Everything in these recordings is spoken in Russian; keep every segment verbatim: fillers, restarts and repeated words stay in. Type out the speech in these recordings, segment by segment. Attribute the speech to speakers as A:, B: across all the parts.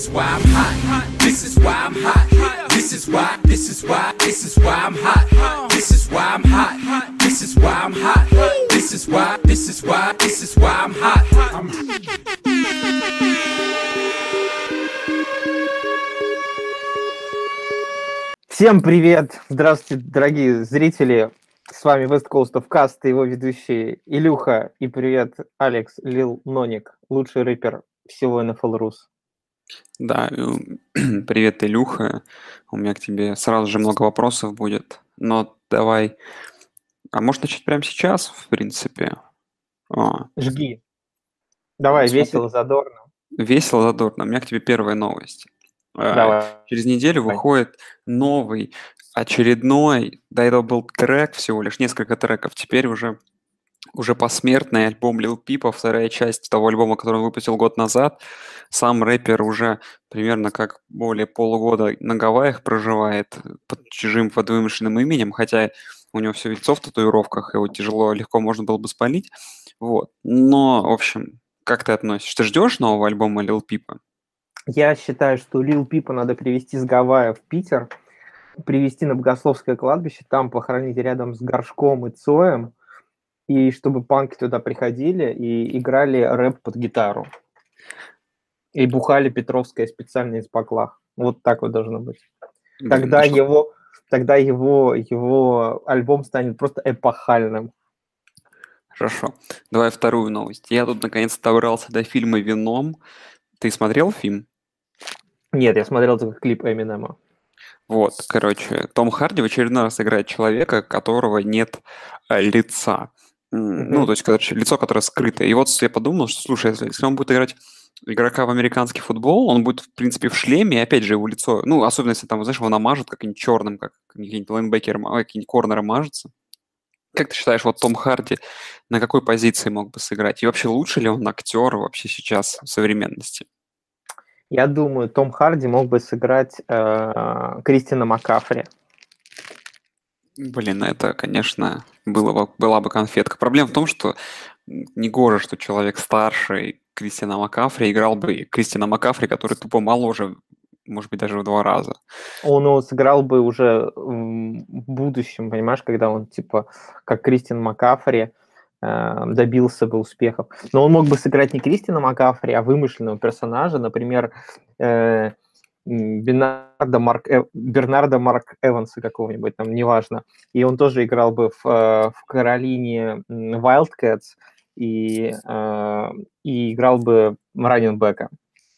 A: why I'm hot. This is why I'm hot. This is why, this is why, this is why I'm hot. This is why I'm hot. This is why I'm hot. This is why, this is why, this is why I'm hot. I'm...
B: Всем привет! Здравствуйте, дорогие зрители! С вами West Coast of Cast и его ведущие Илюха. И привет, Алекс Лил Ноник, лучший рэпер всего эн эф эл Rus.
C: Да, привет, Илюха. У меня к тебе сразу же много вопросов будет. Но давай... А может начать прямо сейчас, в принципе? А.
B: Жги. Давай,
C: Смотри.
B: весело, задорно.
C: Весело, задорно. У меня к тебе первая новость.
B: Давай.
C: Через неделю
B: Давай.
C: выходит новый, очередной, до этого был трек всего лишь, несколько треков, теперь уже, уже посмертный альбом Lil Peep, вторая часть того альбома, который он выпустил год назад. Сам рэпер уже примерно как более полугода на Гавайях проживает под чужим, под вымышленным именем, хотя у него все лицо в татуировках, его тяжело, легко можно было бы спалить. Вот. Но, в общем, как ты относишься? Ты ждешь нового альбома Lil Peep?
B: Я считаю, что Lil Peep надо привезти с Гавайя в Питер, привезти на Богословское кладбище, там похоронить рядом с Горшком и Цоем, и чтобы панки туда приходили и играли рэп под гитару. И бухали Петровское специально из баклах. Вот так вот должно быть. Тогда
C: Блин,
B: его, тогда его, его альбом станет просто эпохальным.
C: Хорошо. Давай вторую новость. Я тут наконец-то добрался до фильма «Веном». Ты смотрел фильм?
B: Нет, я смотрел только клип Эминема.
C: Вот, короче, Том Харди в очередной раз играет человека, которого нет э, лица. М,
B: Мгм.
C: Ну, то есть, короче, лицо, которое скрыто. И вот я подумал, что, слушай, если, если он будет играть игрока в американский футбол, он будет, в принципе, в шлеме, и опять же, его лицо, ну, особенно если там, знаешь, его намажут каким-нибудь черным, как какие-нибудь лайнбекеры, ма- какие-нибудь корнеры мажутся. Как ты считаешь, вот Том Харди на какой позиции мог бы сыграть? И вообще, лучше ли он актер вообще сейчас в современности?
B: Я думаю, Том Харди мог бы сыграть э, Кристина Маккафри.
C: Блин, это, конечно, было бы, была бы конфетка. Проблема в том, что м, негоже, что человек старше Кристина Маккафри играл бы Кристина Маккафри, который тупо моложе, может быть, даже в два раза.
B: Он его сыграл бы уже м, в будущем, понимаешь, когда он, типа, как Кристин Маккафри, э, добился бы успехов. Но он мог бы сыграть не Кристина Маккафри, а вымышленного персонажа, например, э, м, Бернарда Марк, Э- Бернарда Марк Эванса какого-нибудь, там, неважно. И он тоже играл бы в, э, в Каролине м, Wildcats и, э, и играл бы раннинг-бека.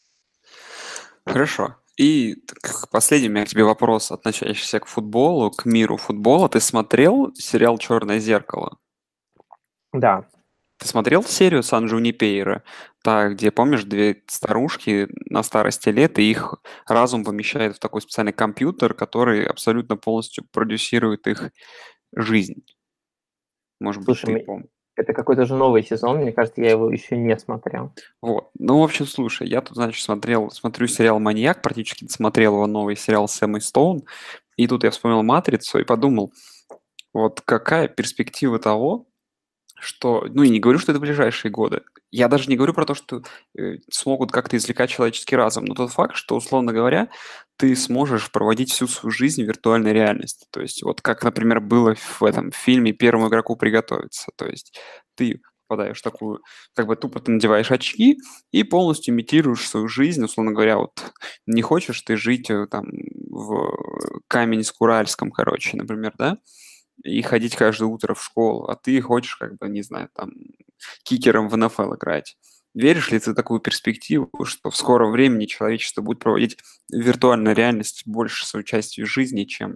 C: Хорошо. И так, последний у меня к тебе вопрос, относящийся к футболу, к миру футбола. Ты смотрел сериал «Черное зеркало»?
B: Да.
C: Ты смотрел серию Сан Джунипейро? Та, где, помнишь, две старушки на старости лет, и их разум помещает в такой специальный компьютер, который абсолютно полностью продюсирует их жизнь. Может быть,
B: Слушай,
C: ты
B: мы-
C: помнишь.
B: это какой-то же новый сезон, мне кажется, я его еще не смотрел.
C: Вот. Ну, в общем, слушай, я тут, значит, смотрел, смотрю сериал «Маньяк», практически смотрел его новый сериал с Эммой Стоун, и тут я вспомнил «Матрицу» и подумал, вот какая перспектива того, что, ну и не говорю, что это ближайшие годы. Я даже не говорю про то, что э, смогут как-то извлекать человеческий разум, но тот факт, что, условно говоря, ты сможешь проводить всю свою жизнь в виртуальной реальности. То есть вот как, например, было в этом фильме «Первому игроку приготовиться». То есть ты попадаешь в такую, как бы тупо ты надеваешь очки и полностью имитируешь свою жизнь, условно говоря, вот не хочешь ты жить э, там в Каменск-Уральском, короче, например, да, и ходить каждое утро в школу, а ты хочешь, как бы, не знаю, там, кикером в эн эф эл играть. Веришь ли ты в такую перспективу, что в скором времени человечество будет проводить в виртуальной реальности больше свою частью жизни, чем,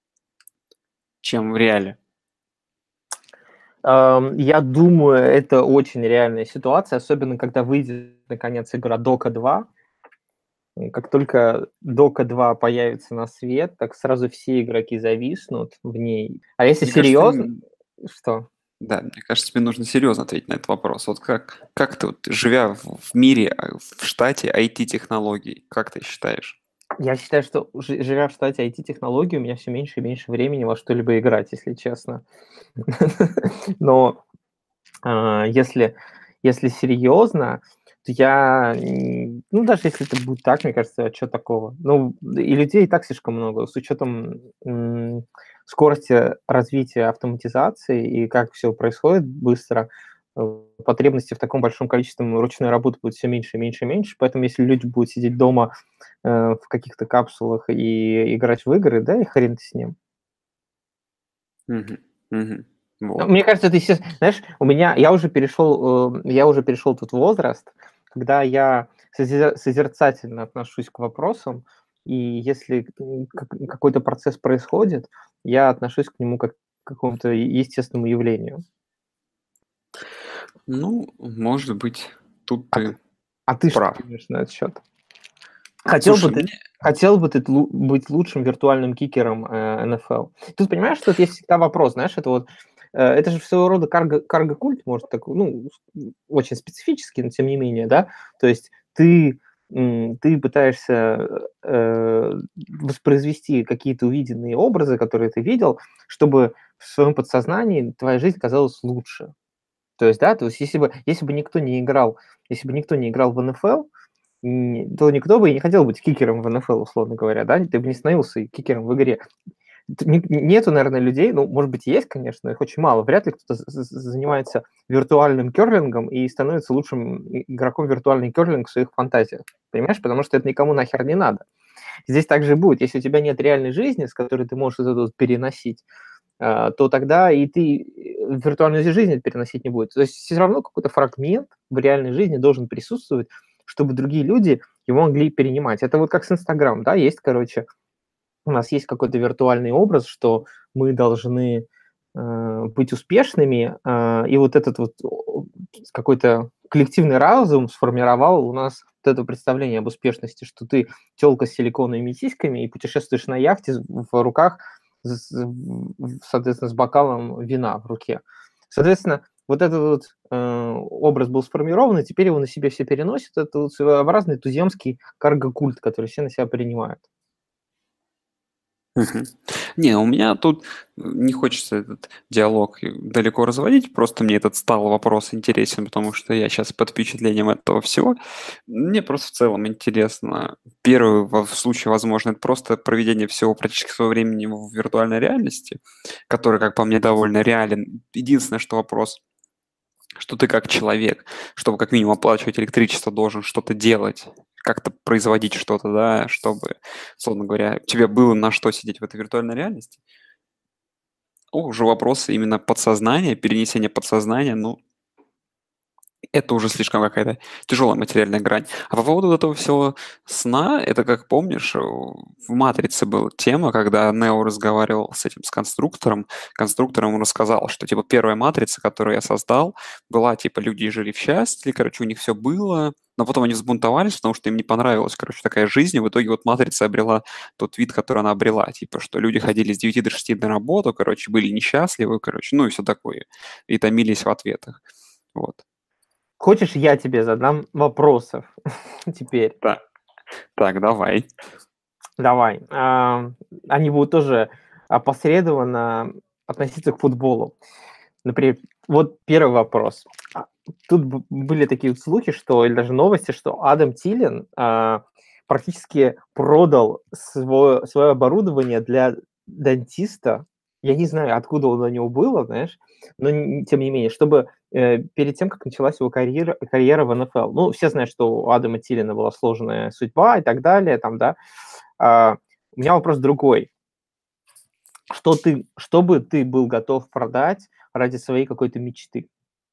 C: чем в реале?
B: Эм, Я думаю, это очень реальная ситуация, особенно когда выйдет, наконец, игра Дока два. И как только Дока два появится на свет, так сразу все игроки зависнут в ней. А если
C: Мне кажется,
B: серьезно,
C: м,
B: что?
C: да, мне кажется, тебе нужно серьезно ответить на этот вопрос. Вот как, как ты, вот, живя в, в мире, а, в штате ай ти-технологий, как ты считаешь?
B: Я считаю, что жи- живя в штате ай ти-технологий, у меня все меньше и меньше времени во что-либо играть, если честно. Но а, если, если серьезно, то я, м, ну, даже если это будет так, мне кажется, а чё такого? Ну, и людей и так слишком много. С учетом м, скорости развития автоматизации и как все происходит быстро, э, потребности в таком большом количестве ручной работы будет все меньше и меньше и меньше. Поэтому если люди будут сидеть дома э, в каких-то капсулах и играть в игры, да, и хрен с ним.
C: Мгм. Мгм.
B: Ну,
C: Вот.
B: мне кажется, это естественно. Знаешь, у меня я уже перешел, э, я уже перешел тот возраст, когда я созер- созерцательно отношусь к вопросам, и если м, как- какой-то процесс происходит, я отношусь к нему как к какому-то естественному явлению.
C: Ну, может быть, тут
B: А ты,
C: ты
B: а ты что
C: прав.
B: думаешь на этот счет? Хотел бы
C: Слушай,
B: ты,
C: мне...
B: хотел бы ты тлу- быть лучшим виртуальным кикером э, эн эф эл? Тут понимаешь, что тут есть всегда вопрос, знаешь, это вот, э, это же своего рода карго, карго-культ, может, такой, ну, с- очень специфический, но тем не менее, да, то есть ты, м, ты пытаешься э, воспроизвести какие-то увиденные образы, которые ты видел, чтобы в своем подсознании твоя жизнь казалась лучше. То есть, да, то есть если бы, если бы никто не играл, если бы никто не играл в эн эф эл, м, то никто бы и не хотел быть кикером в эн эф эл, условно говоря, да, ты бы не становился кикером в игре. Т- не- Нету, наверное, людей, ну, может быть, есть, конечно, их очень мало. Вряд ли кто-то з- з- занимается виртуальным керлингом и становится лучшим и- игроком виртуальный керлинг в своих фантазиях. Понимаешь? Потому что это никому нахер не надо. Здесь также будет. Если у тебя нет реальной жизни, с которой ты можешь это вот переносить, а, то тогда и ты э, в виртуальной жизни это переносить не будет. То есть все равно какой-то фрагмент в реальной жизни должен присутствовать, чтобы другие люди его могли перенимать. Это вот как с Инстаграм, да, есть, короче, у нас есть какой-то виртуальный образ, что мы должны э, быть успешными, э, и вот этот вот о, какой-то коллективный разум сформировал у нас вот это представление об успешности, что ты телка с силиконовыми сиськами и путешествуешь на яхте с- в руках, с- с- в- соответственно, с бокалом вина в руке. Соответственно, вот этот вот э, образ был сформирован, и теперь его на себе все переносят. Это вот своеобразный туземский карго-культ, который все на себя принимают.
C: Мгм. Не, у меня тут э, не хочется этот диалог и далеко разводить, просто мне этот стал вопрос интересен, потому что я сейчас под впечатлением этого всего. Мне просто в целом интересно. Первый во- в случае, возможно, это просто проведение всего практически своего времени в виртуальной реальности, который, как по мне, довольно реален. Единственное, что вопрос, что ты как человек, чтобы как минимум оплачивать электричество, должен что-то делать, как-то производить что-то, да, чтобы, условно говоря, тебе было на что сидеть в этой виртуальной реальности. О, уже вопросы именно подсознания, перенесения подсознания, ну, это уже слишком какая-то тяжелая материальная грань. А по поводу вот этого всего сна, это как помнишь, э, в «Матрице» была тема, когда Нео разговаривал с этим, с конструктором. Конструктор ему рассказал, что, типа, первая «Матрица», которую я создал, была, типа, люди жили в счастье, короче, у них все было, но потом они взбунтовались, потому что им не понравилась, короче, такая жизнь, и в итоге вот «Матрица» обрела тот вид, который она обрела, типа, что люди ходили с девяти до шести на работу, короче, были несчастливы, короче, ну и все такое, и томились в ответах. Вот.
B: Хочешь, я тебе задам вопросов теперь?
C: Так, так, давай.
B: Давай. А, Они будут тоже опосредованно относиться к футболу. Например, вот первый вопрос. А, Тут б- были такие вот слухи, что, или даже новости, что Адам Тилен а, практически продал свое, свое оборудование для дантиста. Я не знаю, откуда оно у него было, знаешь, но н- тем не менее, чтобы э, перед тем, как началась его карьера, карьера в эн эф эл. Ну, все знают, что у Адама Тилена была сложная судьба и так далее, там, да. А, у меня вопрос другой. Что ты, что бы ты был готов продать ради своей какой-то мечты?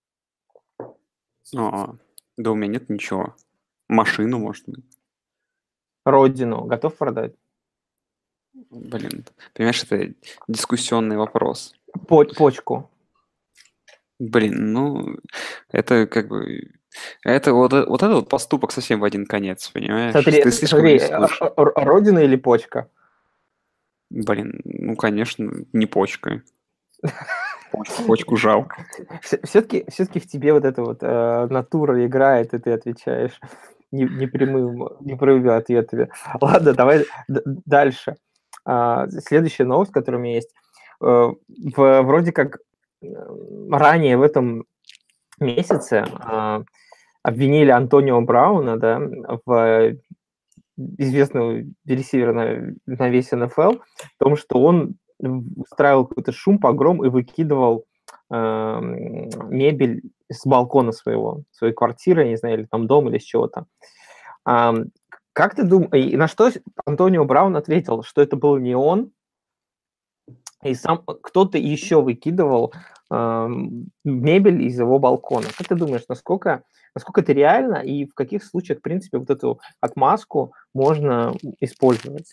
C: А, да у меня нет ничего. Машину, может быть.
B: Родину готов продать?
C: Блин, понимаешь, это дискуссионный вопрос.
B: По- почку.
C: Блин, ну, это как бы... Это вот, э- вот этот вот поступок совсем в один конец, понимаешь?
B: Смотри,
C: Ты
B: с-
C: слишком
B: смотри, э,
C: рискуешь.
B: р- р- родина или почка?
C: Блин, ну, конечно, не почкой. Почку, почку жалко.
B: Все-таки, все-таки в тебе вот эта вот э, натура играет, и ты отвечаешь не- непрямым, непрямыми ответами. Ладно, давай д- дальше. А, следующая новость, которая у меня есть. Э, в- вроде как э, ранее в этом месяце а, обвинили Антонио Брауна, да, в известного ресивера на, на весь эн эф эл, в том, что он устраивал какой-то шум, погром и выкидывал э, мебель с балкона своего, своей квартиры, не знаю, или там дома, или с чего-то. А, как ты думаешь, и на что Антонио Браун ответил, что это был не он, и сам кто-то еще выкидывал э, мебель из его балкона. Как ты думаешь, насколько, насколько это реально и в каких случаях, в принципе, вот эту отмазку можно использовать?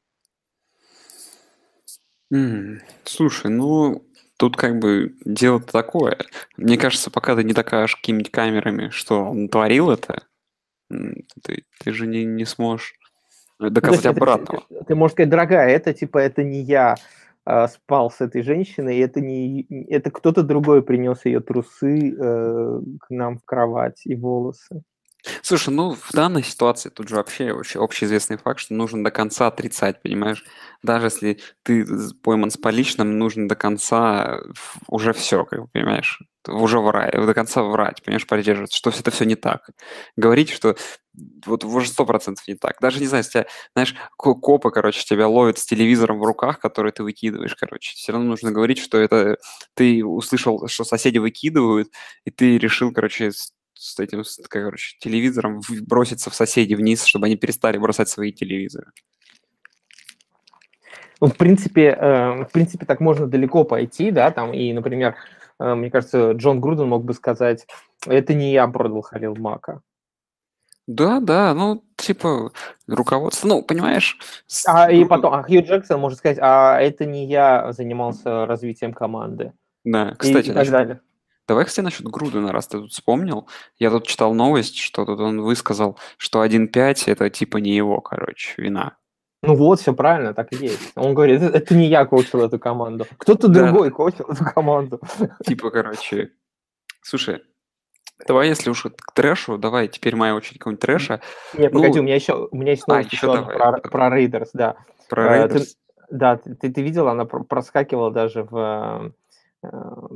C: М, Слушай, ну, тут как бы дело-то такое. Мне кажется, пока ты не докажешь какими-нибудь камерами, что он творил это, м, ты, ты же не, не сможешь
B: Ну, то
C: доказать
B: есть это, ты,
C: обратного.
B: ты- ты можешь сказать, дорогая, это типа это не я а, спал с этой женщиной, это не это кто-то другой принес ее трусы э, к нам в кровать и волосы.
C: Слушай, ну в данной ситуации тут же вообще, вообще общеизвестный факт, что нужно до конца отрицать, понимаешь? Даже если ты з- пойман с поличным, нужно до конца ф- уже все, как бы, понимаешь? Уже врать, до конца врать, понимаешь, придерживаться, что это все не так. Говорить, что вот уже сто процентов не так. Даже не знаю, если тебя, знаешь, ко- копы, короче, тебя ловят с телевизором в руках, который ты выкидываешь, короче. Все равно нужно говорить, что это ты услышал, что соседи выкидывают, и ты решил, короче, с с этим, с, короче, телевизором в- броситься в соседей вниз, чтобы они перестали бросать свои телевизоры.
B: Ну, в принципе, э, в принципе, так можно далеко пойти, да, там, и, например, э, мне кажется, Джон Груден мог бы сказать, это не я продал Халил Мака.
C: Да, да, ну, типа, руководство, ну, понимаешь, с-
B: А, и
C: Груден-
B: потом, а Хью Джексон может сказать, а это не я занимался развитием команды.
C: да,
B: И,
C: кстати,
B: и так
C: насчет,
B: далее.
C: давай, кстати, насчет Грудена, раз ты тут вспомнил, я тут читал новость, что тут он высказал, что один пять это типа не его, короче, вина.
B: Ну вот, все правильно, так и есть. Он говорит, это, это не я коучил эту команду, кто-то
C: Да,
B: другой коучил эту команду.
C: типа, короче, слушай, давай, если уж к трэшу, давай, теперь моя очередь какого-нибудь трэша.
B: Не, погоди,
C: Ну,
B: у меня еще, у меня есть
C: а,
B: новость
C: еще
B: еще одна
C: давай,
B: про,
C: давай.
B: про Рейдерс, да.
C: Про
B: Э, ты,
C: Рейдерс.
B: да, ты, ты ты видел, она про- проскакивала даже в, э,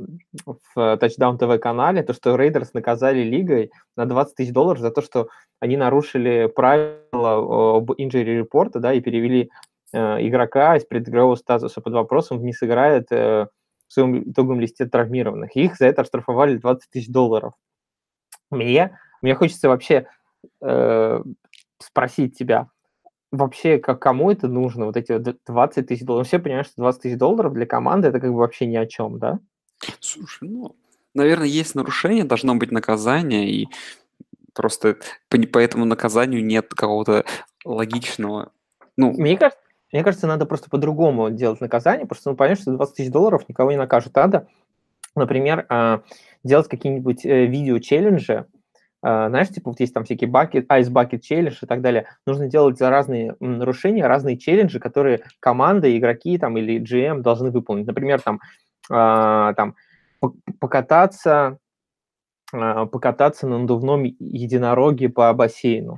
B: в Touchdown ти ви канале, то, что Рейдерс наказали лигой на двадцать тысяч долларов за то, что они нарушили правила об injury report, да, и перевели э, игрока из предыгрового статуса под вопросом, не сыграет э, в своем итоговом листе травмированных. Их за это оштрафовали двадцать тысяч долларов. Мне, мне хочется вообще э, спросить тебя, вообще, как кому это нужно, вот эти вот двадцать тысяч долларов? Все понимают, что двадцать тысяч долларов для команды это как бы вообще ни о чем, да?
C: Слушай, ну, наверное, есть нарушение, должно быть наказание, и просто по, не- по этому наказанию нет какого-то логичного. Ну,
B: Мне кажется, мне кажется, надо просто по-другому делать наказание, потому что ну, понятно, что двадцать тысяч долларов никого не накажет. Надо, например, а, делать какие-нибудь э, видео-челленджи, а, знаешь, типа вот есть там всякие бакет, Ice Bucket Challenge и так далее. Нужно делать за разные м, нарушения, разные челленджи, которые команда, игроки там или джи эм должны выполнить. Например, там, а, там по- покататься, а, покататься на надувном единороге по бассейну.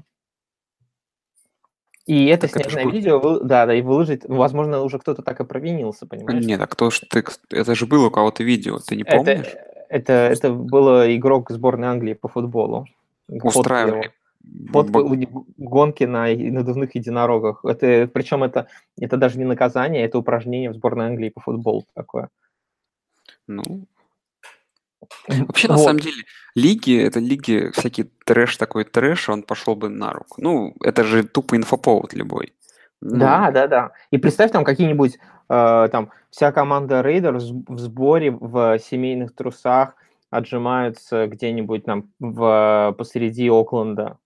B: И это
C: так это
B: снять
C: же
B: на
C: было.
B: видео, вы- да, да, и выложить. Ну, возможно, уже кто-то так и провинился, понимаешь?
C: Нет, а кто ж ты, это же было у кого-то видео, ты не
B: Это,
C: помнишь?
B: это, это было игрок сборной Англии по футболу. Фотка
C: Устраивали
B: его. Фотка у не- гонки на е- надувных единорогах. Это, причем это, это даже не наказание, это упражнение в сборной Англии по футболу такое.
C: Ну,
B: М,
C: вообще, на самом
B: Вот.
C: деле, лиги, это лиги, всякий трэш такой трэш, он пошел бы на руку. Ну, это же тупо инфоповод любой. Ну,
B: Да, да, да. И представь там какие-нибудь, э, там, вся команда Рейдерс в сборе в семейных трусах отжимаются где-нибудь там в, посреди Окленда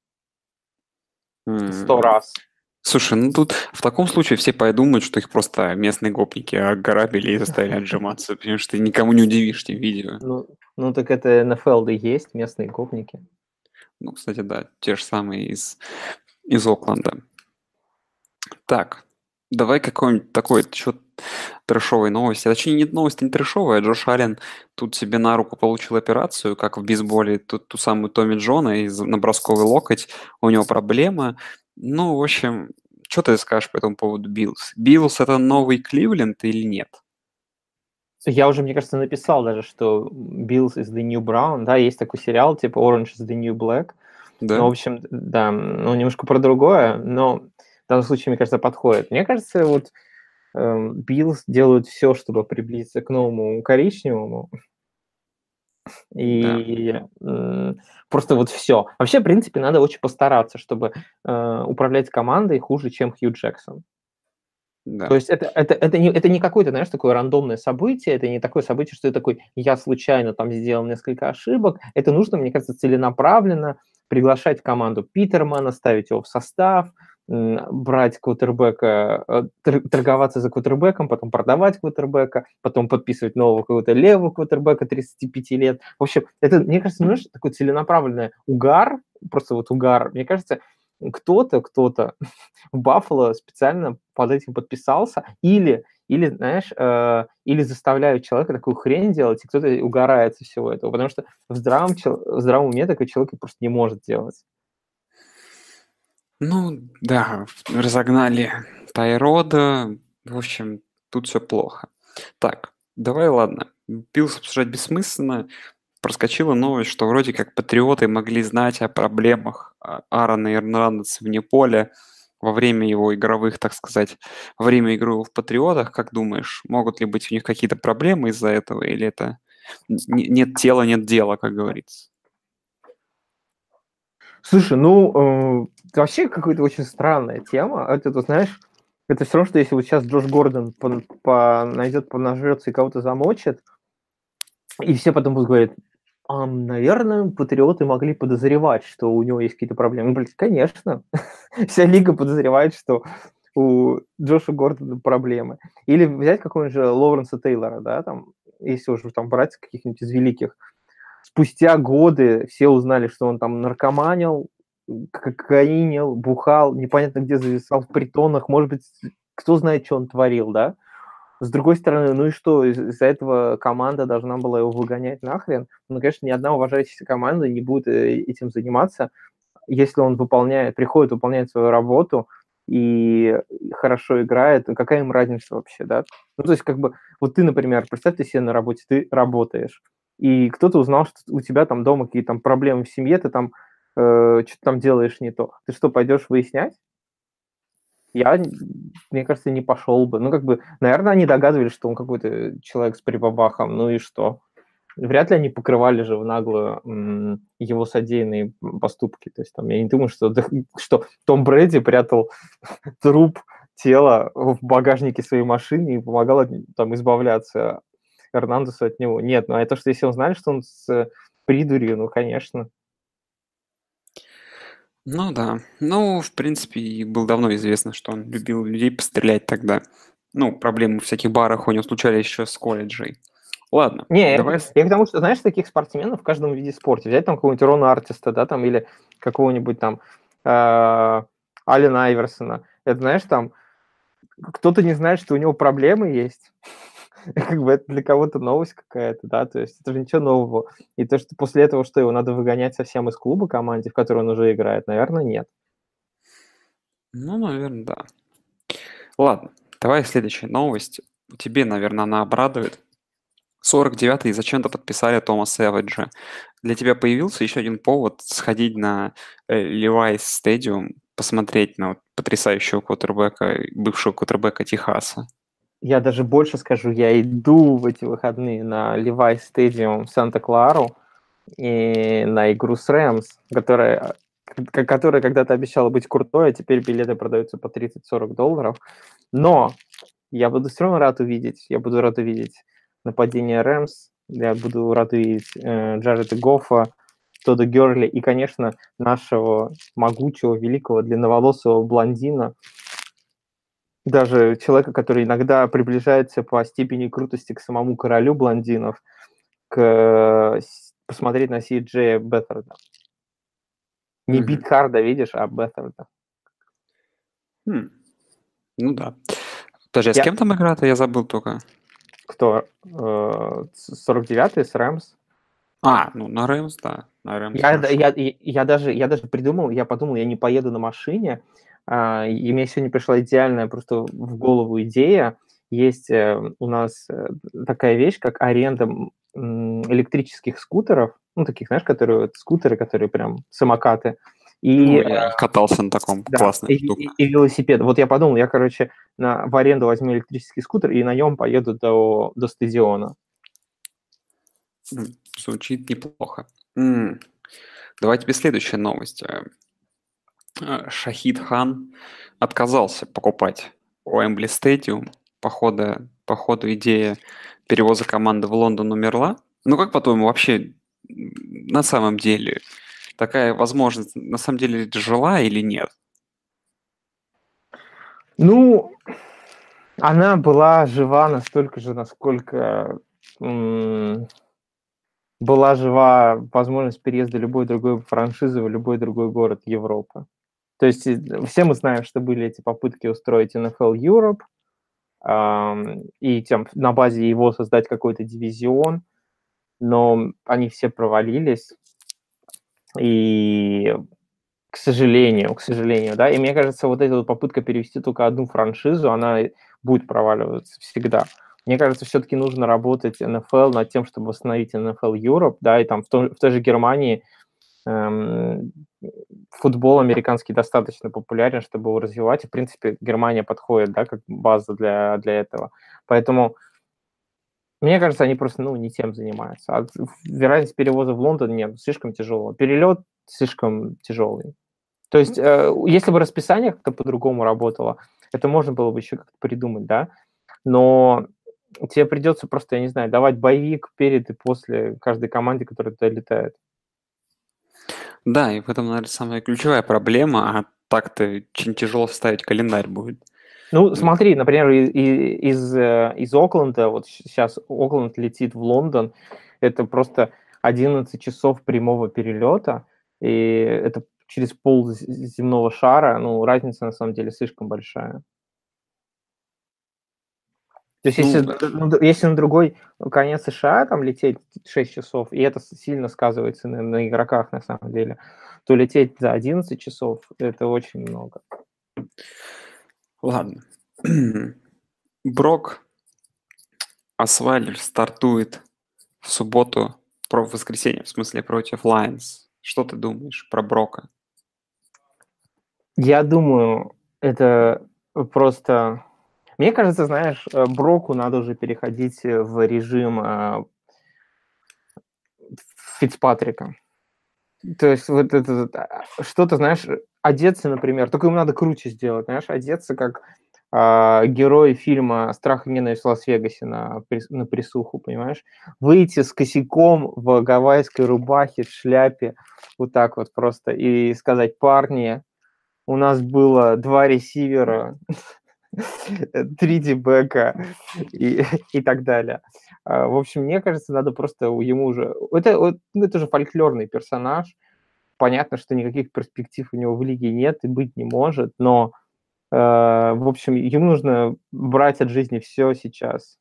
B: сто
C: м,
B: раз.
C: слушай, ну тут в таком случае все подумают, что их просто местные гопники ограбили и заставили отжиматься, потому что ты никому не удивишь этим видео.
B: Ну, ну так это эн эф эл да и есть, местные гопники.
C: Ну, кстати, да, те же самые из, из Окленда. Так, давай какой-нибудь такой еще трэшовой новости. А точнее, не новость, не трэшовая. Джош Аллен тут себе на руку получил операцию, как в бейсболе, ту, ту самую Томми Джона, из набросковый локоть. У него проблема. Ну, в общем, что ты скажешь по этому поводу Биллс? Биллс это новый Кливленд или нет?
B: Я уже, мне кажется, написал даже, что Bills is the New Brown, да, есть такой сериал, типа Orange is the New Black. Ну, в
C: Да?
B: общем, да, ну, немножко про другое, но в данном случае, мне кажется, подходит. Мне кажется, вот эм, Bills делают все, чтобы приблизиться к новому коричневому,
C: Да.
B: и м, просто вот все. Вообще, в принципе, надо очень постараться, чтобы э, управлять командой хуже, чем Хью Джексон. То
C: Да.
B: есть это, это, это, не, это не какое-то, знаешь, такое рандомное событие, это не такое событие, что ты такой, я случайно там сделал несколько ошибок. Это нужно, мне кажется, целенаправленно приглашать в команду Питермана, ставить его в состав, м, брать квотербека, э, тор- торговаться за квотербеком, потом продавать квотербека, потом подписывать нового какого-то левого квотербека тридцати пяти лет. В общем, это, мне кажется, знаешь, такой целенаправленный угар, просто вот угар. Мне кажется, кто-то, кто-то в Баффало специально под этим подписался, или, или знаешь, э, или заставляют человека такую хрень делать, и кто-то угорает со всего этого, потому что в здравом, чел- в здравом уме такой человек просто не может делать.
C: Ну да, разогнали Тайрода. В общем, тут все плохо. Так, давай, ладно. Пилс обсуждать бессмысленно. Проскочила новость, что вроде как патриоты могли знать о проблемах а, Аарона Эрнандеса вне поля во время его игровых, так сказать, во время игры в Патриотах. Как думаешь, могут ли быть у них какие-то проблемы из-за этого, или это н- нет тела, нет дела, как говорится?
B: Слушай, ну, э, это вообще какая-то очень странная тема. Это, ты знаешь, это все равно, что если вот сейчас Джош Гордон по, по, найдет, понажрется и кого-то замочит, и все потом будут говорить, а, наверное, патриоты могли подозревать, что у него есть какие-то проблемы. Ну, блин, конечно. Вся лига подозревает, что у Джоша Гордона проблемы. Или взять какого-нибудь же Лоуренса Тейлора, да, там, если уже там брать каких-нибудь из великих. Спустя годы все узнали, что он там наркоманил, кокаинил, бухал, непонятно где зависал, в притонах, может быть, кто знает, что он творил, да? С другой стороны, ну и что, из- из-за этого команда должна была его выгонять нахрен? Ну, конечно, ни одна уважающаяся команда не будет э, этим заниматься, если он выполняет, приходит, выполняет свою работу и хорошо играет, ну, какая им разница вообще, да? Ну, то есть, как бы, вот ты, например, представь, ты себе на работе, ты работаешь, и кто-то узнал, что у тебя там дома какие-то там проблемы в семье, ты там э, что-то там делаешь не то. Ты что, пойдешь выяснять? Я, н- мне кажется, не пошел бы. Ну, как бы, наверное, они догадывались, что он какой-то человек с прибабахом, ну и что? Вряд ли они покрывали же в наглую м, его содеянные поступки. То есть там, я не думаю, что, да, что Том Брэди прятал труп тела в багажнике своей машины и помогал от- там избавляться Эрнандесу от него. Нет, ну а это что, если он знали, что он с придурью, ну, конечно.
C: Ну да. Ну, в принципе, и было давно известно, что он любил людей пострелять тогда. Ну, проблемы в всяких барах у него случались еще с колледжей. Ладно,
B: Не, я,
C: давай. с-
B: я к тому, что, знаешь, таких спортсменов в каждом виде спорта. Взять там какого-нибудь Рона Артиста, да, там, или какого-нибудь там э, Алена Айверсона. Это, знаешь, там кто-то не знает, что у него проблемы есть. Как бы это для кого-то новость какая-то, да, то есть это же ничего нового. И то, что после этого, что его надо выгонять совсем из клуба команде, в которой он уже играет, наверное, нет.
C: Ну, наверное, да. Ладно, давай следующая новость. Тебе, наверное, она обрадует. сорок девятый зачем-то подписали Тома Сэвиджа. Для тебя появился еще один повод сходить на э, Levi's Stadium, посмотреть на вот потрясающего квотербека, бывшего квотербека Техаса.
B: Я даже больше скажу, я иду в эти выходные на Levi's Stadium в Санта-Клару и на игру с Рэмс, которая, к- которая когда-то обещала быть крутой, а теперь билеты продаются по тридцать-сорок долларов. Но я буду все равно рад увидеть, я буду рад увидеть нападение Рэмс, я буду рад увидеть э, Джареда Гоффа, Тодда Герли и, конечно, нашего могучего, великого, длинноволосого блондина, даже человека, который иногда приближается по степени крутости к самому королю блондинов, к, э, с- посмотреть на Си Джея Бетфорда. Не
C: Мгм.
B: Битхарда, видишь, а Бетфорда.
C: Хм, ну да. Подожди, а с
B: Я
C: кем там игра-то? Я забыл только.
B: кто? Э, с- сорок девятый с Рэмс.
C: А, ну на Рэмс, да. На Рэмс
B: Я, д-
C: хорошо.
B: я, я, я даже, я даже придумал, я подумал, я не поеду на машине, а, и мне сегодня пришла идеальная просто в голову идея. есть э, у нас э, такая вещь, как аренда м, электрических скутеров, ну, таких, знаешь, которые вот скутеры, которые прям самокаты, и,
C: Ну,
B: э,
C: я катался на таком,
B: да,
C: классная
B: и,
C: штука.
B: и- и велосипед. Вот я подумал, я, короче, на, в аренду возьму электрический скутер и на нем поеду до, до стадиона.
C: М, Звучит неплохо. М, Давай тебе следующая новость. Э, э, Шахид Хан отказался покупать Уэмбли Стадиум. Походу, походу идея перевоза команды в Лондон умерла. Ну, как по-твоему, вообще м, на самом деле такая возможность на самом деле жила или нет?
B: Ну, она была жива настолько же, насколько м, была жива возможность переезда любой другой франшизы в любой другой город Европы. То есть э, все мы знаем, что были эти попытки устроить эн эф эл Europe, ам, и тем, на базе его создать какой-то дивизион, но они все провалились, и, к сожалению, к сожалению, да, и мне кажется, вот эта вот попытка перевести только одну франшизу, она и будет проваливаться всегда. Мне кажется, все-таки нужно работать эн эф эл над тем, чтобы восстановить эн эф эл Europe, да, и там в, той- в той же Германии эм, футбол американский достаточно популярен, чтобы его развивать, и, в принципе, Германия подходит, да, как база для, для этого. Поэтому, мне кажется, они просто, ну, не тем занимаются. А вероятность перевоза в Лондон нет, слишком тяжело. Перелет слишком тяжелый. То есть, э, если бы расписание как-то по-другому работало, это можно было бы еще как-то придумать, да, но тебе придется просто, я не знаю, давать боевик перед и после каждой команде, которая туда летает.
C: Да, и в этом, наверное, самая ключевая проблема, а так-то очень тяжело ставить календарь будет.
B: Ну,
C: М,
B: смотри, например, и- и- из, э, из Окленда, вот сейчас Окленд летит в Лондон, это просто одиннадцать часов прямого перелета, и это через пол з- земного шара, ну, разница на самом деле слишком большая. То есть если,
C: Ну,
B: д- ну, д- если на другой конец США там лететь шесть часов, и это с- сильно сказывается на, на игроках на самом деле, то лететь за одиннадцать часов– это очень много.
C: ладно. Брок Освальдер стартует в субботу, про в воскресенье, в смысле, против Lions. Что ты думаешь про Брока?
B: Я думаю, это просто... Мне кажется, знаешь, э, Броку надо уже переходить э, в режим э, Фицпатрика. То есть вот это вот, а, что-то, знаешь, одеться, например, только ему надо круче сделать, знаешь, одеться как а, герой фильма «Страх и ненависть в Лас-Вегасе» на, прис- на присуху, понимаешь? Выйти с косяком в гавайской рубахе, в шляпе, вот так вот просто, и сказать: парни, у нас было два ресивера, три дибэка и, и так далее. А, В общем, мне кажется, надо просто ему уже... Это, вот, ну, это же фольклорный персонаж. Понятно, что никаких перспектив у него в лиге нет и быть не может, но, э, в общем, ему нужно брать от жизни все сейчас.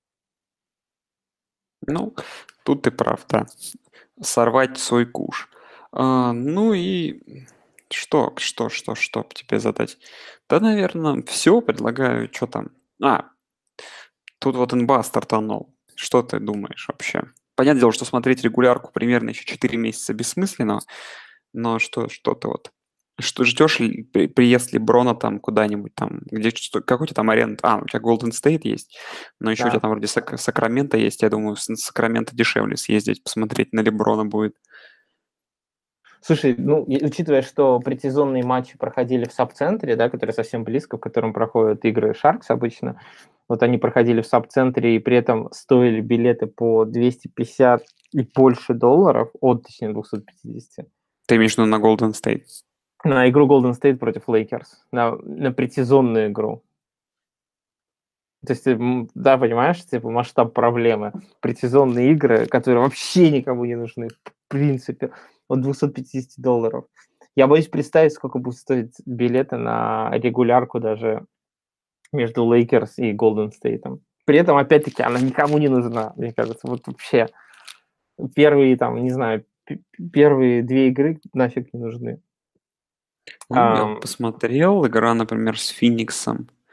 C: Ну, тут ты прав, да. Сорвать свой куш. А, ну и что, что, что, что б тебе задать? Да, наверное, все предлагаю. Что там? А, тут вот инба стартанул. Что ты думаешь вообще? Понятное дело, что смотреть регулярку примерно еще четыре месяца бессмысленно, но что, что ты вот... Что ждешь ли при- приезд Леброна там куда-нибудь там, где что, какой у тебя там аренда? А, у тебя Golden State есть, но еще у тебя
B: Да.
C: там вроде Сак- Сакраменто есть. Я думаю, с Сакраменто дешевле съездить, посмотреть на Леброна будет.
B: Слушай, ну, и учитывая, что предсезонные матчи проходили в САП-центре, да, который совсем близко, в котором проходят игры Sharks обычно, вот они проходили в САП-центре, и при этом стоили билеты по двести пятьдесят и больше долларов, от, точнее, двести пятьдесят,
C: Ты имеешь в виду на Golden State?
B: на игру Golden State против Lakers, на, на предсезонную игру. То есть, ты, м, да, понимаешь, типа масштаб проблемы. Предсезонные игры, которые вообще никому не нужны, в принципе, от двести пятьдесят долларов. Я боюсь представить, сколько будут стоить билеты на регулярку даже между Lakers и Golden State. При этом, опять-таки, она никому не нужна, мне кажется. Вот вообще первые, там, не знаю, п- первые две игры нафиг не нужны.
C: Ну, я
B: Ам,
C: вот посмотрел, игра, например, с Фениксом.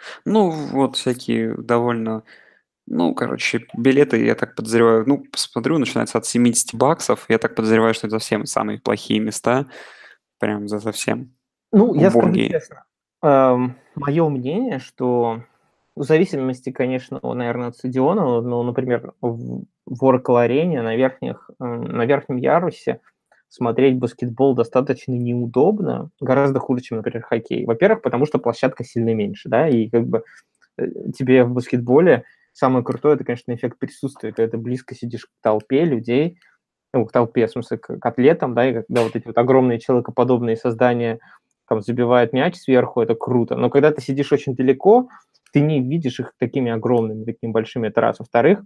C: Ну, вот всякие довольно, ну, короче, билеты, я так подозреваю, ну, посмотрю, начинается от семидесяти баксов. Я так подозреваю, что это совсем самые плохие места, прям за совсем
B: Ну, я скажу
C: убогие.
B: честно, эм, мое мнение, что в зависимости, конечно, наверное, от стадиона, ну, например, в в Oracle-арене на верхних, э, на верхнем ярусе смотреть баскетбол достаточно неудобно, гораздо хуже, чем, например, хоккей. Во-первых, потому что площадка сильно меньше, да, и как бы э, тебе в баскетболе самое крутое, это, конечно, эффект присутствия, когда ты близко сидишь к толпе людей, ну, к толпе, в смысле, к, к атлетам, да, и когда вот эти вот огромные человекоподобные создания там забивают мяч сверху, это круто. Но когда ты сидишь очень далеко, ты не видишь их такими огромными, такими большими, это раз. Во-вторых,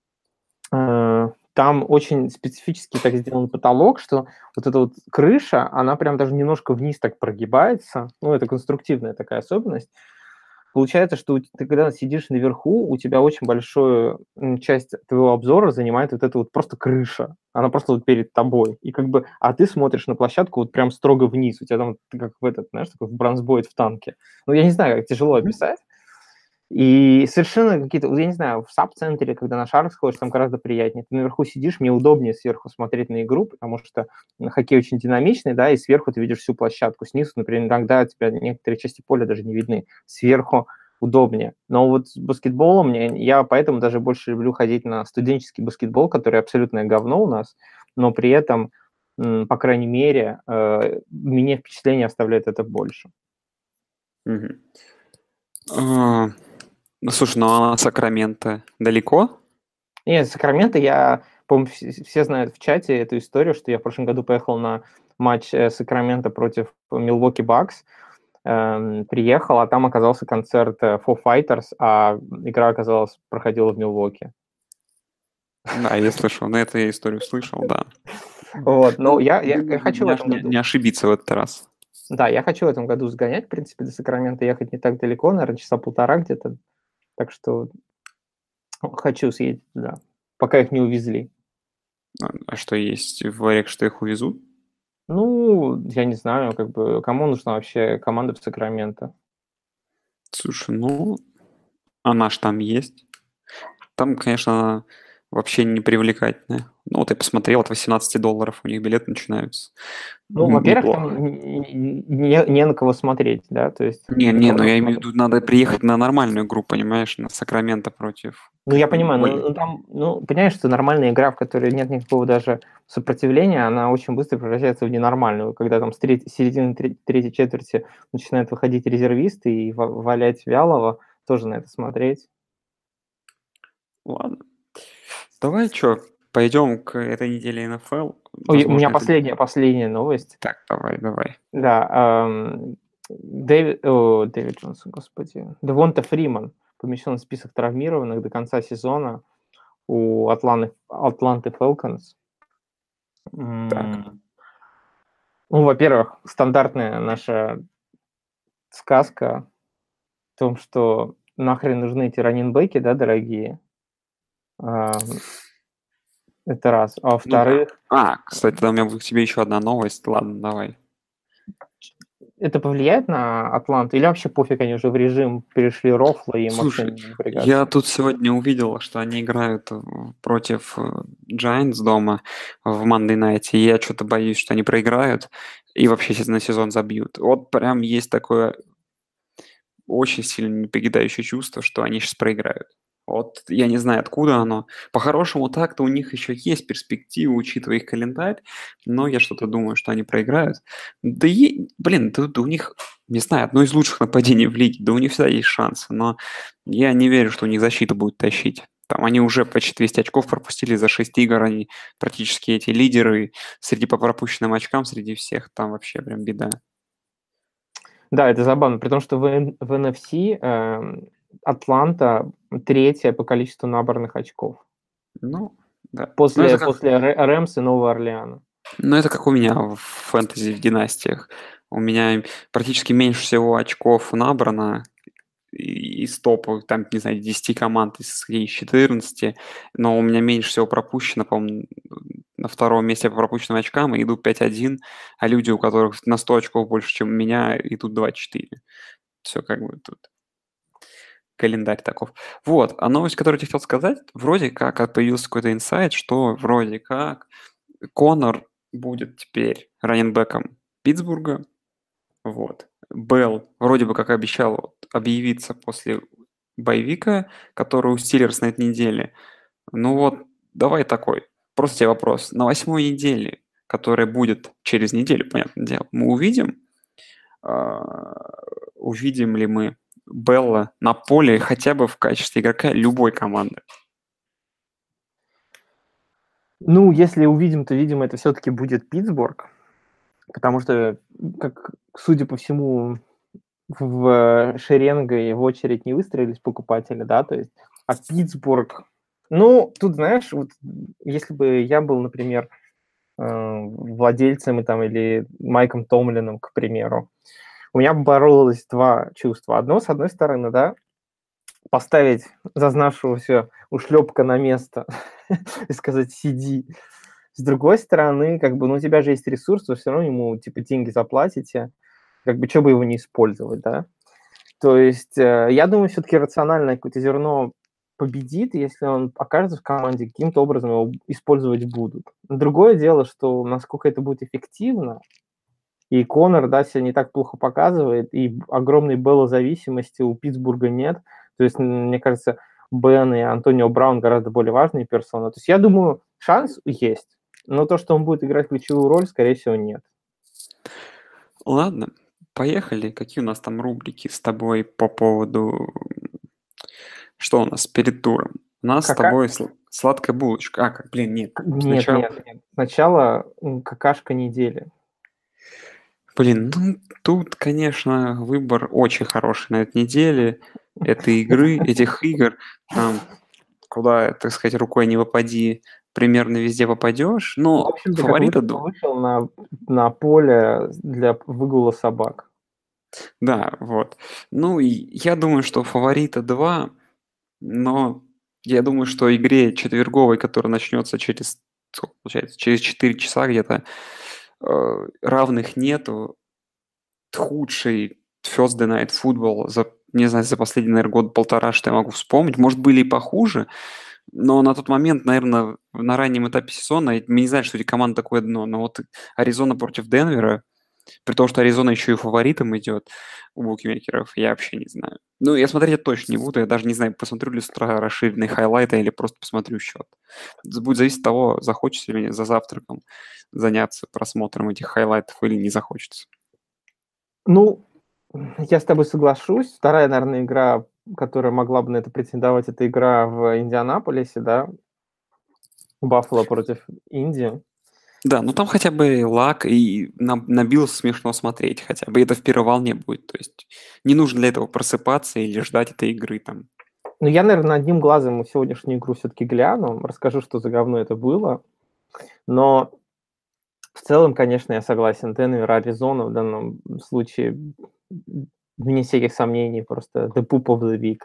B: э, там очень специфически так сделан потолок, что вот эта вот крыша, она прям даже немножко вниз так прогибается. Ну, это конструктивная такая особенность. Получается, что у т ты когда сидишь наверху, у тебя очень большую, м, часть твоего обзора занимает вот эта вот просто крыша. Она просто вот перед тобой. И как бы, а ты смотришь на площадку вот прям строго вниз. У тебя там ты как в этот, знаешь, такой в бронзбойт в танке. Ну, я не знаю, как тяжело
C: Мгм.
B: описать. И совершенно какие-то, вот я не знаю, в саб-центре, когда на шар сходишь, там гораздо приятнее. Ты наверху сидишь, мне удобнее сверху смотреть на игру, потому что м, хоккей очень динамичный, да, и сверху ты видишь всю площадку. Снизу, например, иногда у тебя некоторые части поля даже не видны. Сверху удобнее. Но вот с баскетболом мне, я поэтому даже больше люблю ходить на студенческий баскетбол, который абсолютное говно у нас, но при этом, м, по крайней мере, э, мне впечатление оставляет это больше.
C: Мгм. А, ну, слушай, ну а Сакраменто далеко?
B: Нет, Сакраменто, я, по-моему, все, все знают в чате эту историю, что я в прошлом году поехал на матч э, Сакраменто против Милуоки Бакс, эм, приехал, а там оказался концерт э, Foo Fighters, а игра оказалась, проходила в Милуоки.
C: Да, я слышал, на эту я историю слышал, да.
B: Вот, но
C: Ну,
B: я, я, я
C: думаю,
B: хочу в
C: не, ош-
B: этом
C: не- не
B: году,
C: ошибиться в этот раз.
B: да, я хочу в этом году сгонять, в принципе, до Сакрамента ехать не так далеко, наверное, часа полтора где-то, так что ну, хочу съездить туда, пока их не увезли.
C: А, а что есть в ларек, что их увезут?
B: Ну, я не знаю, как бы, кому нужна вообще команда в Сакраменто?
C: Слушай, ну, она ж там есть. Там, конечно, вообще не привлекательная. Ну, вот я посмотрел, от восемнадцати долларов у них билеты начинаются.
B: Ну,
C: М,
B: во-первых, там
C: Неплохо.
B: н н не не на кого смотреть, да, то есть
C: Не,
B: на
C: не,
B: кого
C: ну
B: там
C: я имею в
B: смотрят.
C: виду, надо приехать на нормальную игру, понимаешь, на Сакраменто против
B: Ну, я
C: какой-нибудь
B: понимаю, ну
C: более.
B: ну, там, ну, понимаешь, что нормальная игра, в которой нет никакого даже сопротивления, она очень быстро превращается в ненормальную, когда там с треть середины тре третьей четверти начинают выходить резервисты и ва валять вялого, тоже на это смотреть.
C: Ладно. Давай что, пойдем к этой неделе эн эф эл.
B: Ой, у меня
C: Возможно, это...
B: последняя последняя новость.
C: Так, давай, давай.
B: Да, ам, Дэви о, Дэвид Джонсон, господи, Девонта Фриман помещен в список травмированных до конца сезона у Атланы Атланты Falcons.
C: Так.
B: М, ну, во-первых, стандартная наша сказка в том, что нахрен нужны эти раннинбеки, да, дорогие. Ам, это раз. А
C: Ну да.
B: во-вторых,
C: А, кстати, там у меня будет к тебе еще одна новость. Ладно, давай.
B: это повлияет на Атланту или вообще пофиг, они уже в режим перешли рофла, и им вообще
C: Слушай,
B: не
C: я
B: напрягаться?
C: тут сегодня увидел, что они играют э, против э, Giants дома в Monday Night, и я что-то боюсь, что они проиграют и вообще се- на сезон забьют. Вот прям есть такое очень сильно непокидающее чувство, что они сейчас проиграют. Вот я не знаю, откуда оно. По-хорошему, так-то у них еще есть перспективы, учитывая их календарь, но я что-то думаю, что они проиграют. Да и, блин, да, да у них, не знаю, одно из лучших нападений в лиге, да у них всегда есть шансы, но я не верю, что у них защита будет тащить. Там они уже почти двести очков пропустили за шесть игр, они практически эти лидеры среди по пропущенным очкам, среди всех, там вообще прям беда.
B: Да, это забавно, при том, что в эн в эн эф си, эм, Атланта третья по количеству набранных очков
C: Ну, да. Ну,
B: после
C: это как
B: после Рэ Рэмс и Нового Орлеана.
C: Ну, это как у меня в фэнтези, в династиях. У меня практически меньше всего очков набрано и- из топа, там, не знаю, десяти команд из, из четырнадцати, но у меня меньше всего пропущено, по-моему, на втором месте по пропущенным очкам и идут пять один, а люди, у которых на сто очков больше, чем у меня, идут два четыре. Все как бы тут. календарь таков. Вот, а новость, которую я хотел сказать, вроде как а, появился какой-то инсайт, что вроде как Конор будет теперь раннинбеком Питтсбурга. Вот. Белл вроде бы как обещал вот объявиться после боевика, который у Стиллерс на этой неделе. Ну вот, давай такой. Просто тебе вопрос. На восьмой неделе, которая будет через неделю, понятное дело, мы увидим, а, увидим ли мы Белла на поле хотя бы в качестве игрока любой команды.
B: Ну, если увидим, то, видимо, это все-таки будет Питтсбург, потому что, как, судя по всему, в шеренга и в очередь не выстроились покупатели, да, то есть, а Питтсбург, ну, тут, знаешь, вот, если бы я был, например, э, владельцем и там, или Майком Томлином, к примеру, у меня боролось два чувства. Одно, с одной стороны, да, поставить зазнавшегося ушлепка на место и сказать «сиди». С другой стороны, как бы, ну, у тебя же есть ресурс, вы все равно ему, типа, деньги заплатите, как бы, что бы его не использовать, да? То есть, э, я думаю, все-таки рациональное какое-то зерно победит, если он окажется в команде, каким-то образом его использовать будут. Другое дело, что насколько это будет эффективно, и Конор, да, себя не так плохо показывает, и огромной Белла-зависимости у Питтсбурга нет. То есть, мне кажется, Бен и Антонио Браун гораздо более важные персоны. То есть, я думаю, шанс есть, но то, что он будет играть ключевую роль, скорее всего, нет.
C: Ладно, поехали. Какие у нас там рубрики с тобой по поводу... Что у нас перед туром? У нас
B: Кака...
C: с тобой сл- сладкая булочка. А, как, блин, нет.
B: Нет,
C: Сначала...
B: нет, нет. Сначала какашка недели.
C: Блин, ну тут, конечно, выбор очень хороший на этой неделе. Этой игры, этих игр, там, куда, так сказать, рукой не попади, примерно везде попадешь.
B: В
C: Но
B: общем-то, как
C: фаворита...
B: вышел, вышел на, на поле для выгула собак.
C: Да, вот. Ну, и я думаю, что фаворита два, но я думаю, что игре четверговой, которая начнется через, сколько получается, через четыре часа где-то, э, равных нету. Худший Thursday Night Football за, не знаю, за последний, наверное, год-полтора, что я могу вспомнить. Может, были и похуже, но на тот момент, наверное, на раннем этапе сезона, мы не знали, что эти команды такое дно, но вот Аризона против Денвера, при том, что Аризона еще и фаворитом идет у букмекеров, я вообще не знаю. Ну, я смотреть это точно не буду, я даже не знаю, посмотрю ли с утра расширенные хайлайты или просто посмотрю счет. Будет зависеть от того, захочется ли мне за завтраком заняться просмотром этих хайлайтов или не захочется.
B: Ну, я с тобой соглашусь. Вторая, наверное, игра, которая могла бы на это претендовать, это игра в Индианаполисе, да, Баффало против Индии.
C: Да, ну там хотя бы лак и на, на Биллс смешно смотреть хотя бы. Это в первой волне будет. То есть не нужно для этого просыпаться или ждать этой игры там.
B: Ну, я, наверное, одним глазом сегодняшнюю игру все-таки гляну, расскажу, что за говно это было. Но в целом, конечно, я согласен. Денвер, Аризона в данном случае, вне всяких сомнений, просто the poop of the week.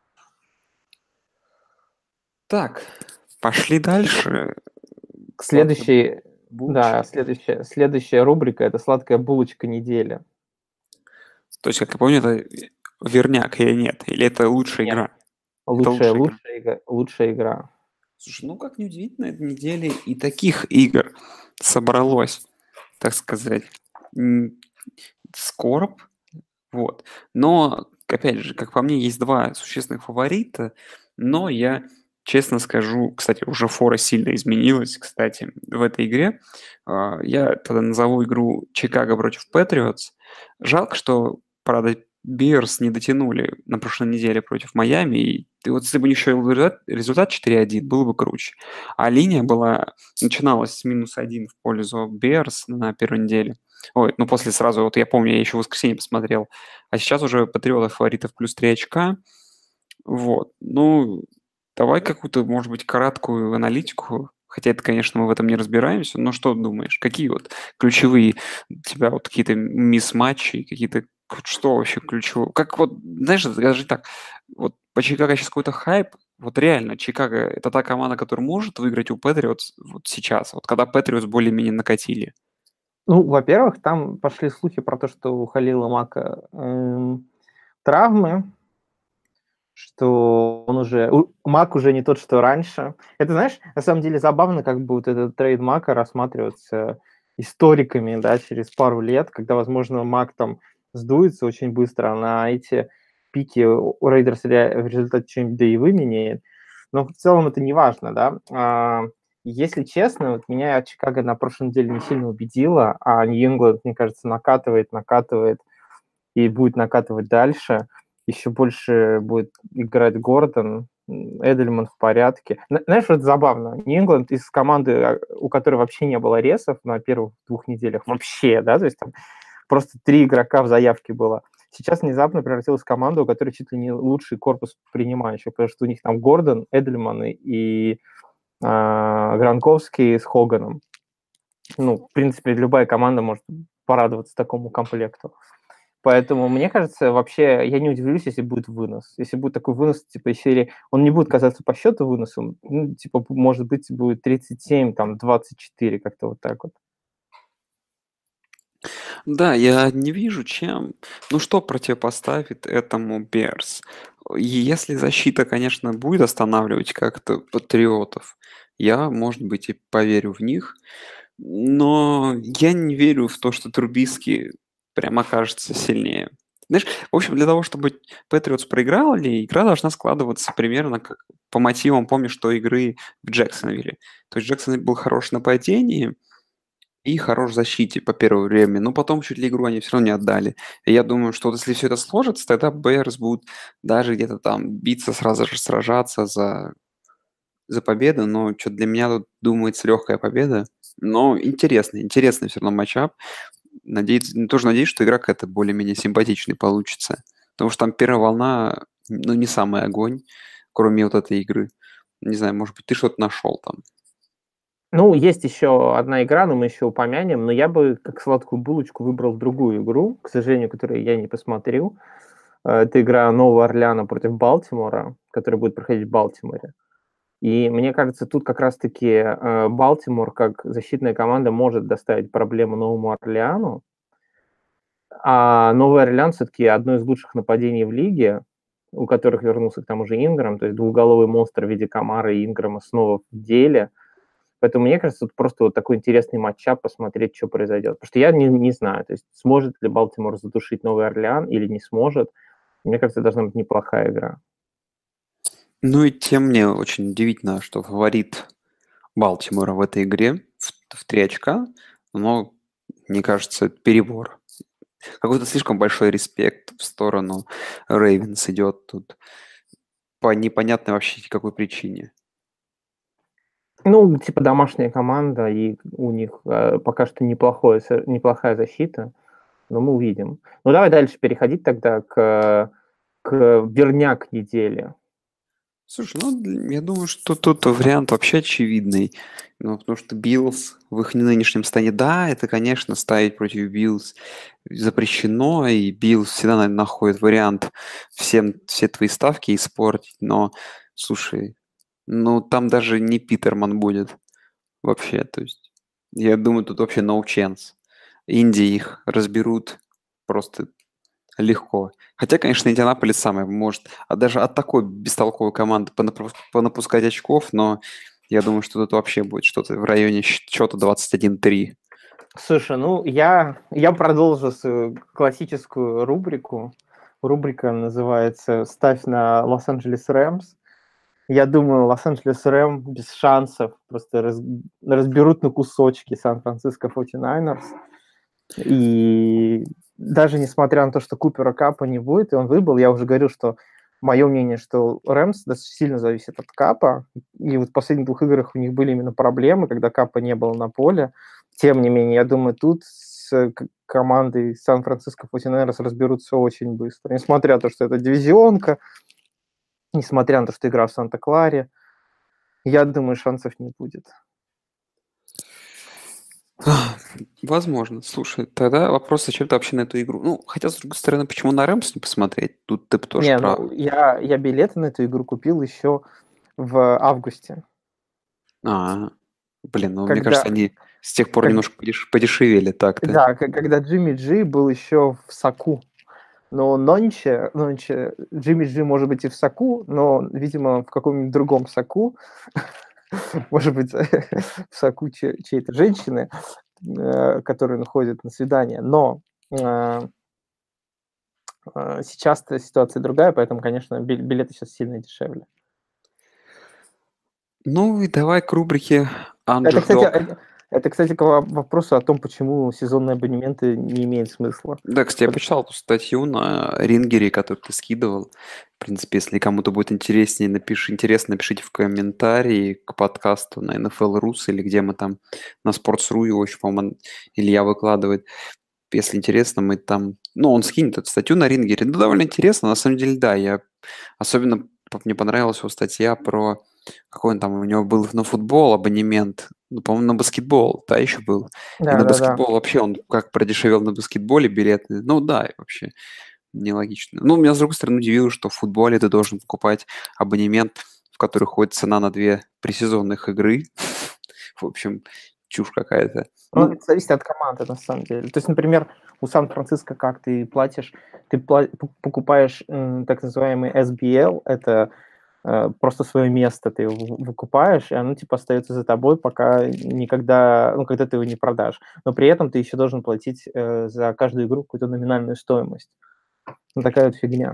C: Так, пошли дальше.
B: Следующий, да, следующая, следующая рубрика – это сладкая булочка недели.
C: То есть, как я помню, это верняк или нет? Или это лучшая
B: Нет.
C: игра?
B: Лучшая,
C: Это лучшая,
B: лучшая, игра. лучшая игра.
C: Слушай, ну как неудивительно, этой неделе и таких игр собралось, так сказать, скорб. Вот. Но, опять же, как по мне, есть два существенных фаворита, но я честно скажу, кстати, уже фора сильно изменилась, кстати, в этой игре. Я тогда назову игру Чикаго против Патриотс. Жалко, что, правда, Бирс не дотянули на прошлой неделе против Майами. И вот если бы у них еще был результат четыре один, было бы круче. А линия была, начиналась с минус один в пользу Бирс на первой неделе. Ой, ну после сразу, вот я помню, я еще в воскресенье посмотрел. А сейчас уже Патриотов фаворитов плюс три очка. Вот. Ну, давай какую-то, может быть, краткую аналитику. Хотя это, конечно, мы в этом не разбираемся. Но что думаешь? Какие вот ключевые у тебя вот какие-то мисс-матчи, какие-то... Что вообще ключевое? Как вот, знаешь, скажи так, вот по Чикаго сейчас какой-то хайп. Вот реально, Чикаго – это та команда, которая может выиграть у Патриотс вот сейчас. Вот когда Патриотс более-менее накатили.
B: Ну, во-первых, там пошли слухи про то, что у Халила Мака эм, травмы. что он уже... у- Мак уже не тот, что раньше. Это, знаешь, на самом деле забавно, как будет этот трейд Мака рассматриваться историками, да, через пару лет, когда, возможно, Мак там сдуется очень быстро, а на эти пики у Рейдерс в результате что-нибудь да и выменяет. Но в целом это не важно, да. А, Если честно, вот меня Чикаго на прошлой неделе не сильно убедила, а Нью-Ингланд, мне кажется, накатывает, накатывает и будет накатывать дальше. Еще больше будет играть Гордон, м, Эдельман в порядке. Зна- Знаешь, вот забавно. Нью-Ингланд из команды, а, у которой вообще не было ресов на первых двух неделях, вообще, да, то есть там просто три игрока в заявке было. Сейчас внезапно превратилась в команду, у которой чуть ли не лучший корпус принимающих, потому что у них там Гордон, Эдельман и а, Гранковский с Хоганом. Ну, в принципе, любая команда может порадоваться такому комплекту. Поэтому, мне кажется, вообще, я не удивлюсь, если будет вынос. Если будет такой вынос, типа, из серии, он не будет казаться по счету выносом, ну, типа, может быть, будет тридцать семь, там, двадцать четыре, как-то вот так вот.
C: Да, я не вижу, чем. Ну, что противопоставит этому Берс? И если защита, конечно, будет останавливать как-то патриотов, я, может быть, и поверю в них. Но я не верю в то, что Трубиски прям окажется сильнее. Знаешь, в общем, для того, чтобы Патриотс проиграли, игра должна складываться примерно как по мотивам, помнишь, что игры в Джексонвилле. То есть Джексон был хорош в нападении и хорош в защите по первое время, но потом чуть ли игру они все равно не отдали. И я думаю, что вот если все это сложится, тогда Бэрс будут даже где-то там биться, сразу же сражаться за за победу, но что для меня тут думается легкая победа. Но интересный, интересный все равно матчап. Надеюсь, тоже надеюсь, что игра какая-то более-менее симпатичной получится. Потому что там первая волна, ну, не самый огонь, кроме вот этой игры. Не знаю, может быть, ты что-то нашел там.
B: Ну, есть еще одна игра, но мы еще упомянем, но я бы как сладкую булочку выбрал другую игру, к сожалению, которую я не посмотрел. Э, Это игра Нового Орлеана против Балтимора, которая будет проходить в Балтиморе. И мне кажется, тут как раз-таки э, Балтимор как защитная команда может доставить проблему Новому Орлеану, а Новый Орлеан все-таки одно из лучших нападений в лиге, у которых вернулся к тому же Инграм, то есть двуголовый монстр в виде Камара и Инграма снова в деле. Поэтому мне кажется, тут просто вот такой интересный матчап, посмотреть, что произойдет. Потому что я не, не знаю, то есть сможет ли Балтимор задушить Новый Орлеан или не сможет. Мне кажется, должна быть неплохая игра.
C: Ну и тем мне очень удивительно, что фаворит Балтимора в этой игре в, в три очка, но, мне кажется, это перебор. Какой-то слишком большой респект в сторону Рейвенс идет тут по непонятной вообще какой причине.
B: Ну, типа домашняя команда, и у них э, пока что неплохое, со- неплохая защита, но мы увидим. Ну, давай дальше переходить тогда к, к верняк недели.
C: Слушай, ну, для- я думаю, что тут вариант вообще очевидный. Ну, потому что Биллс в их нынешнем стане, да, это, конечно, ставить против Биллс запрещено, и Биллс всегда наверное, находит вариант всем, все твои ставки испортить, но, слушай, ну, там даже не Питерман будет вообще, то есть, я думаю, тут вообще no chance. Инди их разберут просто легко. Хотя, конечно, Индианаполис самый может, а даже от такой бестолковой команды понапу- понапускать очков, но я думаю, что тут вообще будет что-то в районе счета двадцать один три.
B: Слушай, ну, я, я продолжу свою классическую рубрику. Рубрика называется «Ставь на Лос-Анджелес Рэмс». Я думаю, Лос-Анджелес Рэм без шансов просто раз- разберут на кусочки Сан-Франциско форти найнерс. И даже несмотря на то, что Купера Капа не будет, и он выбыл, я уже говорил, что мое мнение, что Рэмс достаточно сильно зависит от Капа. И вот в последних двух играх у них были именно проблемы, когда Капа не было на поле. Тем не менее, я думаю, тут с к- командой Сан-Франциско форти найнерс разберутся очень быстро. Несмотря на то, что это дивизионка, несмотря на то, что игра в Санта-Кларе, я думаю, шансов не будет.
C: Возможно. Слушай, тогда вопрос, зачем ты вообще на эту игру? Ну, хотя, с другой стороны, почему на Рэмс не посмотреть? Тут ты б тоже
B: Не,
C: прав.
B: ну я, я билеты на эту игру купил еще в августе,
C: А, блин, ну, мне кажется,
B: когда,
C: они с тех пор
B: как,
C: немножко подеш- подешевели так-то.
B: да, к- когда Джимми Джи был еще в соку. Но нонче, нонче Джимми Джи может быть и в соку, но, видимо, в каком-нибудь другом соку, может быть, в соку чьей- чьей-то женщины, э, которая находит на свидание. Но э, э, сейчас-то ситуация другая, поэтому, конечно, бил- билеты сейчас сильно дешевле.
C: Ну и давай к рубрике
B: Это, кстати,
C: Underdog.
B: это, это, кстати, к во- вопросу о том, почему сезонные абонементы не имеют смысла.
C: Да, кстати, я
B: Потому-
C: почитал эту статью на Рингере, которую ты скидывал. В принципе, если кому-то будет интереснее, напиши, интересно, напишите в комментарии к подкасту на эн эф эл Рус или где мы там на Sports.ru его еще, по-моему, Илья выкладывает. Если интересно, мы там... Ну, он скинет эту статью на Рингере. Ну, довольно интересно. На самом деле, да, я... Особенно п- мне понравилась его статья про... Какой он там у него был на футбол абонемент. Ну, по-моему, на баскетбол, да, еще был. И
B: Да,
C: на
B: да, да.
C: баскетбол вообще он как продешевел на баскетболе билеты. Ну да, и вообще нелогично. Ну, меня, с другой стороны, удивило, что в футболе ты должен покупать абонемент, в который ходит цена на две пресезонных игры. В общем, чушь какая-то.
B: Ну,
C: Ну,
B: это зависит от команды, на самом деле. То есть, например, у Сан-Франциско как ты платишь, ты пла- п- покупаешь м, так называемый эс би эл, это э, просто свое место ты в- выкупаешь, и оно типа остается за тобой, пока никогда, ну, когда ты его не продашь. Но при этом ты еще должен платить э, за каждую игру какую-то номинальную стоимость. Ну, такая вот фигня.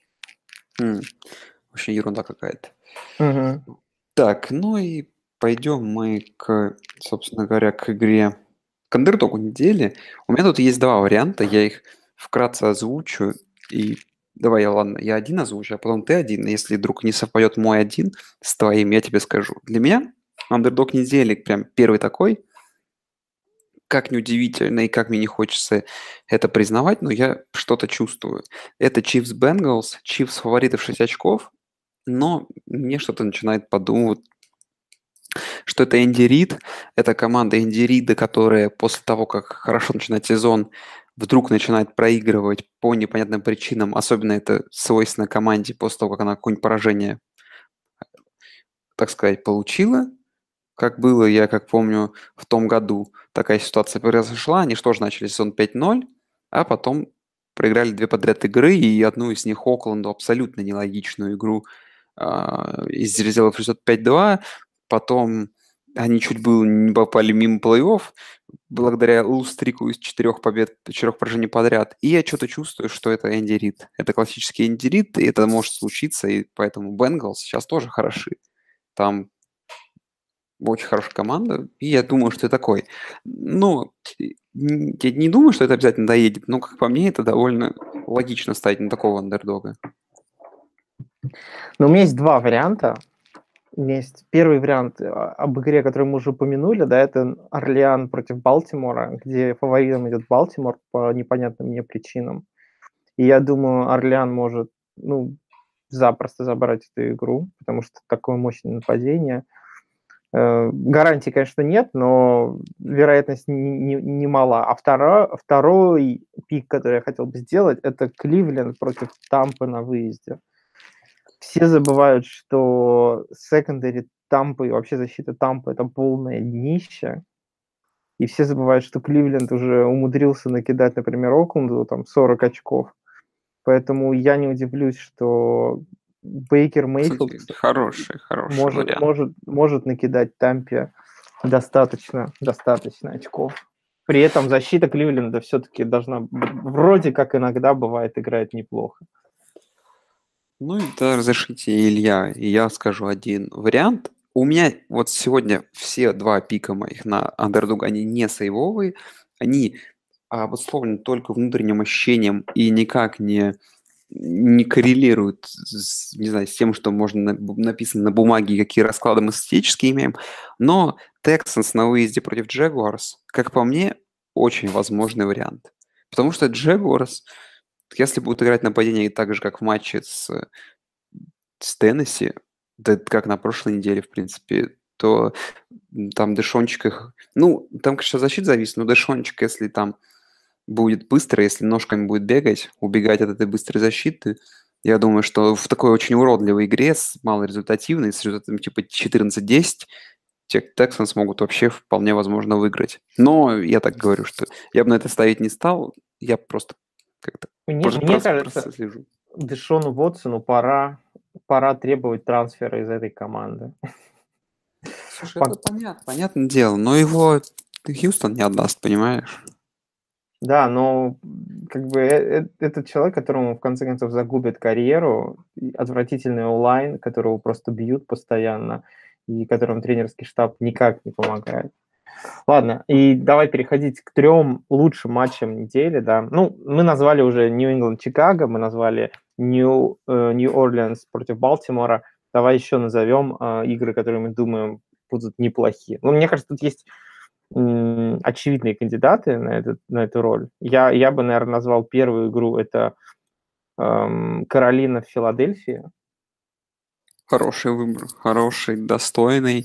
C: м, вообще ерунда какая-то.
B: Мгм.
C: Так, ну и пойдем мы к, собственно говоря, к игре, к андердогу недели. У меня тут есть два варианта, я их вкратце озвучу. И давай, я, ладно, я один озвучу, а потом ты один. Если вдруг не совпадет мой один с твоим, я тебе скажу. Для меня андердог недели прям первый такой, как неудивительно и как мне не хочется это признавать, но я что-то чувствую. Это Chiefs Bengals, Chiefs фавориты в шесть очков, но мне что-то начинает подумывать, что это Энди Рид, это команда Энди Рида, которая после того, как хорошо начинает сезон, вдруг начинает проигрывать по непонятным причинам. Особенно это свойственно команде после того, как она какое-нибудь поражение, так сказать, получила. Как было, я как помню, в том году такая ситуация произошла. Они что же начали сезон пять ноль, а потом проиграли две подряд игры, и одну из них Окленду абсолютно нелогичную игру а, из сделав результат пять два. Потом они чуть было не попали мимо плей-офф благодаря лустрику из четырех побед, четырех поражений подряд. И я что-то чувствую, что это Энди Рид. Это классический Энди Рид, и это может случиться, и поэтому Бенгалс сейчас тоже хороши. Там очень хорошая команда, и я думаю, что это такой. Ну, н- я не думаю, что это обязательно доедет, но, как по мне, это довольно логично ставить на такого андердога.
B: Но у меня есть два варианта. У меня есть первый вариант а, об игре, которую мы уже упомянули, да, это Орлеан против Балтимора, где фаворитом идет Балтимор по непонятным мне причинам. И я думаю, Орлеан может, ну, запросто забрать эту игру, потому что такое мощное нападение. Э, гарантий, конечно, нет, но вероятность не, не, не мала. А второй, второй пик, который я хотел бы сделать, это Кливленд против Тампы на выезде. Все забывают, что секондари Тампы и вообще защита Тампы – это полное днище. И все забывают, что Кливленд уже умудрился накидать, например, Окленду там сорок очков. Поэтому я не удивлюсь, что Бейкер Мейфилд
C: Кстати, хороший, хороший
B: может,
C: вариант.
B: может, может накидать Тампе достаточно, достаточно очков. При этом защита Кливленда все-таки должна, вроде как иногда бывает, играет неплохо.
C: Ну и да, разрешите, Илья, и я скажу один вариант. У меня вот сегодня все два пика моих на андердог, они не сейвовые, они обусловлены только внутренним ощущением и никак не, не коррелируют с, не знаю, с тем, что можно на- бу- написано на бумаге, какие расклады мы статистически имеем. Но Texans на выезде против Jaguars, как по мне, очень возможный вариант. Потому что Jaguars, если будут играть нападение так же, как в матче с с Теннесси, да как на прошлой неделе, в принципе, то м, там Дэшончик их... Ну, там, конечно, защита зависит, но Дэшончик, если там будет быстро, если ножками будет бегать, убегать от этой быстрой защиты, я думаю, что в такой очень уродливой игре, с малорезультативной, с результатом типа четырнадцать десять, те Texans могут вообще вполне возможно выиграть. Но я так говорю, что я бы на это ставить не стал, я просто как-то
B: Мне,
C: Просто,
B: мне
C: просто,
B: кажется,
C: просто слежу.
B: Дэшону Уотсону пора, пора требовать трансфера из этой команды.
C: Слушай, это понятно, понятное дело, но его Хьюстон не отдаст, понимаешь?
B: Да, но как бы э- э- этот человек, которому в конце концов загубит карьеру, и отвратительный онлайн, которого просто бьют постоянно, и которому тренерский штаб никак не помогает. Ладно, и давай переходить к трем лучшим матчам недели, да. Ну, мы назвали уже Нью-Ингланд-Чикаго, мы назвали Нью, э, Нью-Орлеанс против Балтимора. Давай еще назовем э, игры, которые мы думаем будут неплохие. Ну, мне кажется, тут есть м, очевидные кандидаты на, этот, на эту роль. Я, я бы, наверное, назвал первую игру, это эм, Каролина в Филадельфии.
C: Хороший выбор, хороший, достойный.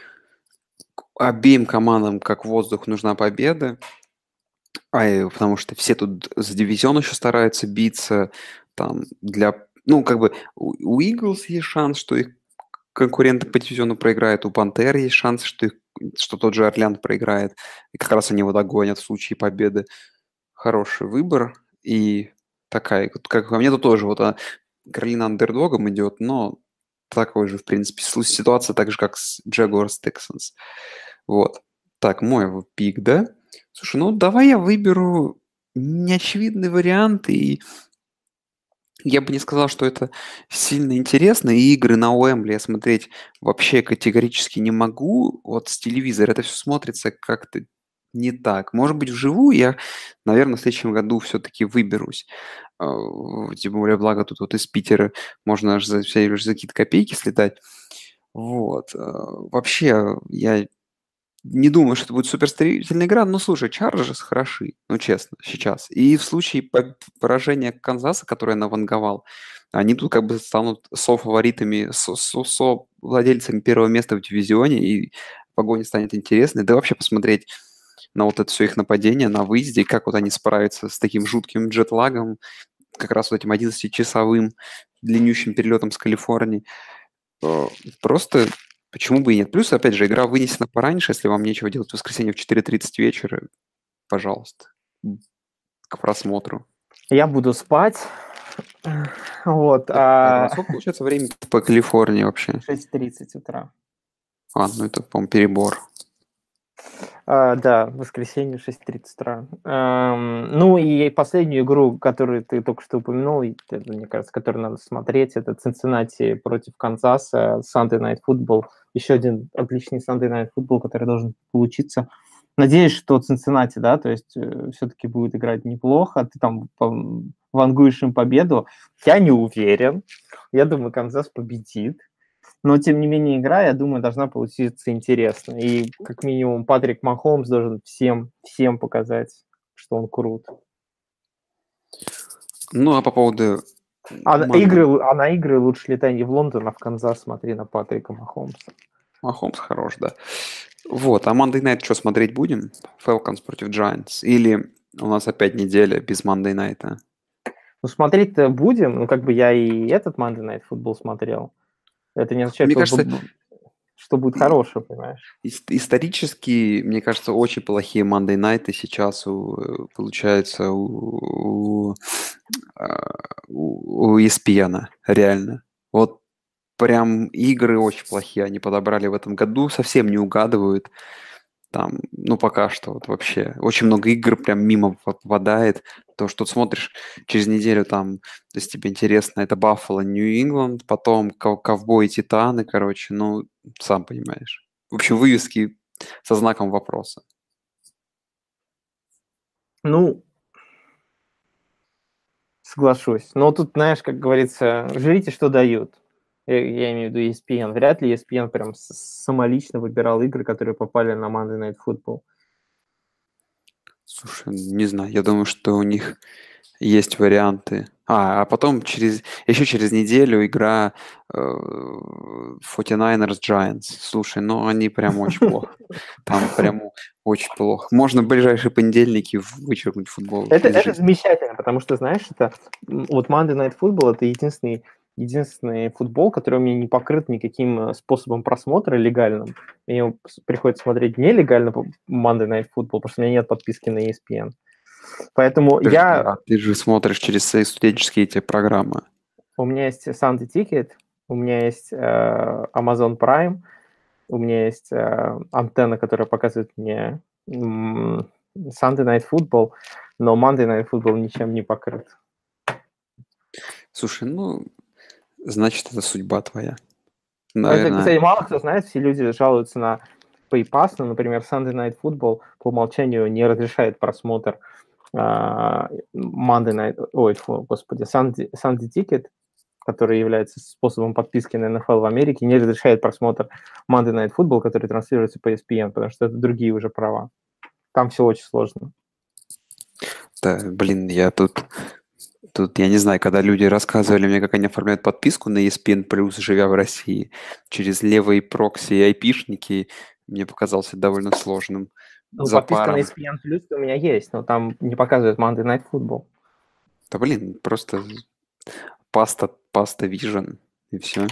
C: Обеим командам, как воздух, нужна победа. А, и потому что все тут за дивизион еще стараются биться. Там для... Ну, как бы у, у Eagles есть шанс, что их конкуренты по дивизиону проиграют. У Пантер есть шанс, что, их, что тот же Орлеан проиграет. И как раз они его догонят в случае победы. Хороший выбор. И такая, вот как по мне, то тоже вот а, Каролина андердогом идет, но такой же, в принципе, слу- ситуация так же, как с Jaguars Texans. Вот. Так, мой вот пик, да? Слушай, ну давай я выберу неочевидный вариант, и я бы не сказал, что это сильно интересно, и игры на Уэмбли я смотреть вообще категорически не могу. Вот с телевизора это все смотрится как-то не так. Может быть, вживую я, наверное, в следующем году все-таки выберусь. А, в- Тем более, благо тут вот из Питера можно аж за, всего лишь за какие-то копейки слетать. Вот. а, Вообще, я не думаю, что это будет суперстремительная игра, но слушай, Чарджерс хороши, ну честно, сейчас. И в случае по- поражения Канзаса, который я наванговал, они тут как бы станут со-фаворитами, со- со- со-владельцами первого места в дивизионе, и погоня станет интересной. Да и вообще посмотреть на вот это все их нападение на выезде, и как вот они справятся с таким жутким джетлагом, как раз вот этим одиннадцатичасовым длиннющим перелетом с Калифорнии. Э, Просто почему бы и нет. Плюс, опять же, игра вынесена пораньше, если вам нечего делать в воскресенье в четыре тридцать вечера, пожалуйста, м, к просмотру.
B: Я буду спать. Вот,
C: Так, а
B: а
C: сколько получается времени по Калифорнии вообще?
B: шесть тридцать утра.
C: А, ну это, по-моему, перебор.
B: А, да, в воскресенье шесть тридцать утра. Ам, ну и последнюю игру, которую ты только что упомянул, и это, мне кажется, которую надо смотреть, это Цинциннати против Канзаса, Sunday Night Football. Еще один отличный Sunday Night Football, который должен получиться. Надеюсь, что Цинциннати, да, то есть э, все-таки будет играть неплохо. Ты там пом- вангуешь им победу. Я не уверен. Я думаю, Канзас победит. Но, тем не менее, игра, я думаю, должна получиться интересной. И, как минимум, Патрик Махомс должен всем, всем показать, что он крут.
C: Ну, а по поводу
B: А на
C: Monday
B: игры, а на игры лучше летай не в Лондон, а в Канзас, смотри на Патрика Махомса.
C: Махомс хорош, да. Вот, а Monday Night что смотреть будем? Falcons против Giants? Или у нас опять неделя без Monday Night?
B: Ну, смотреть-то будем. Ну, как бы я и этот Monday Night Football смотрел. Это не означает,
C: Мне
B: что,
C: кажется,
B: б- что будет
C: и-
B: хорошее, понимаешь?
C: ис- исторически, мне кажется, очень плохие Monday Night сейчас у, э, получается у, у, а, у- у и эс пи эн, реально. Вот прям игры очень плохие они подобрали в этом году, совсем не угадывают. Там, ну, пока что вот вообще очень много игр прям мимо попадает. То, что ты смотришь через неделю там, то есть тебе интересно, это Баффало, Нью-Ингланд, потом ков- Ковбои, Титаны, короче, ну, сам понимаешь. В общем, вывески со знаком вопроса.
B: Ну, соглашусь. Но тут, знаешь, как говорится, жрите, что дают. Я, я имею в виду и эс пи эн. Вряд ли и эс пи эн прям с- самолично выбирал игры, которые попали на Monday Night Football.
C: Слушай, не знаю, я думаю, что у них есть варианты. А, а потом через, еще через неделю игра э, форти найнерс Giants. Слушай, ну они прям очень плохо. Там прям очень плохо. Можно в ближайшие понедельники вычеркнуть футбол
B: Это,
C: из
B: это
C: жизни.
B: замечательно, потому что, знаешь, это м, вот Monday Night Football это единственный, единственный футбол, который у меня не покрыт никаким э, способом просмотра легальным. Мне его с- приходится смотреть нелегально по- Monday Night Football, потому что у меня нет подписки на и эс пи эн. Поэтому
C: Ты,
B: я...
C: а ты же смотришь через свои студенческие эти программы.
B: У меня есть Sunday Ticket, у меня есть э, Amazon Prime, у меня есть э, антенна, которая показывает мне м, Sunday Night Football, но Monday Night Football ничем не покрыт.
C: Слушай, ну, значит, это судьба твоя.
B: Это,
C: Наверное,
B: кстати, мало кто знает, все люди жалуются на Pay Pass, но, например, Sunday Night Football по умолчанию не разрешает просмотр э, Monday Night, ой, фу, господи, Sunday, Sunday Ticket, который является способом подписки на эн эф эл в Америке, не разрешает просмотр Monday Night Football, который транслируется по и эс пи эн, потому что это другие уже права. Там все очень сложно.
C: да, блин, я тут, тут, я не знаю, когда люди рассказывали мне, как они оформляют подписку на и эс пи эн плюс, живя в России, через левые прокси и айпишники, мне показался довольно сложным.
B: Ну,
C: За
B: подписка
C: паром.
B: на и эс пи эн плюс у меня есть, но там не показывает Monday Night Football.
C: Да, блин, просто паста, паста Vision, и все.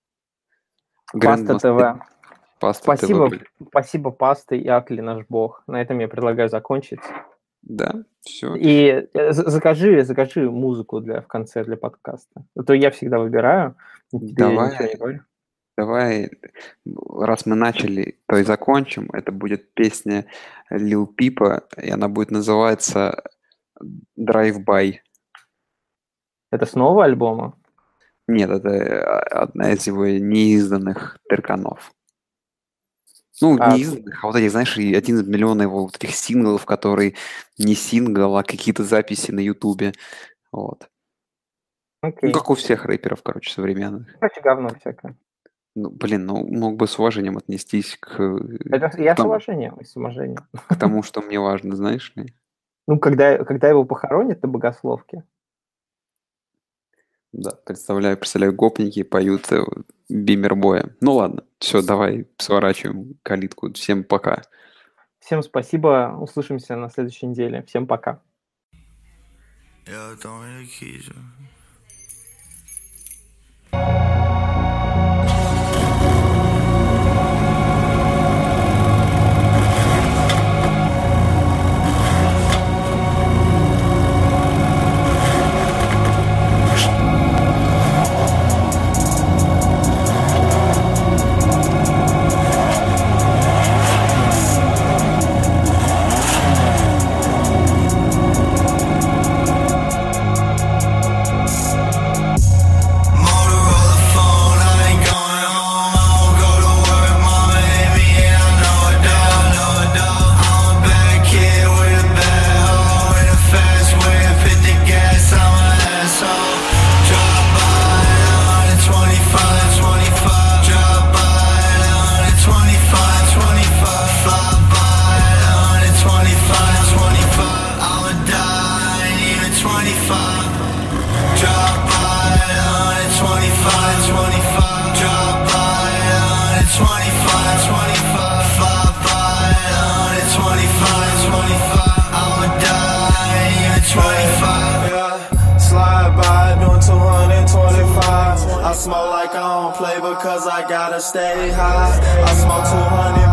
B: Паста ТВ.
C: Паста
B: Спасибо,
C: ТВ.
B: спасибо, Пасты и Акли, наш бог. На этом я предлагаю закончить.
C: Да, все.
B: И э, за- закажи, закажи музыку для, в конце для подкаста. А то я всегда выбираю, тебе
C: Давай.
B: ничего не говорю.
C: Давай, раз мы начали, то и закончим. Это будет песня Lil Peep, и она будет называться Drive-By.
B: Это с нового альбома?
C: Нет, это одна из его неизданных треканов. Ну,
B: А,
C: не изданных, а вот этих, знаешь, и один из миллиона его вот этих синглов, которые не сингл, а какие-то записи на Ютубе. Вот.
B: окей.
C: Ну, как у всех рэперов, короче, современных.
B: Короче, говно всякое.
C: Ну, блин, ну, мог бы с уважением отнестись к,
B: Это я с
C: тому,
B: уважением, с уважением.
C: к тому, что мне важно, знаешь ли.
B: Ну, когда, когда его похоронят на богословке.
C: Да, представляю, представляю, гопники поют э, Бимербоя. Ну ладно, все, давай сворачиваем калитку. Всем пока.
B: Всем спасибо, услышимся на следующей неделе. Всем пока.
D: Я там я кижу. I smoke like I don't play because I gotta stay high. I smoke two hundred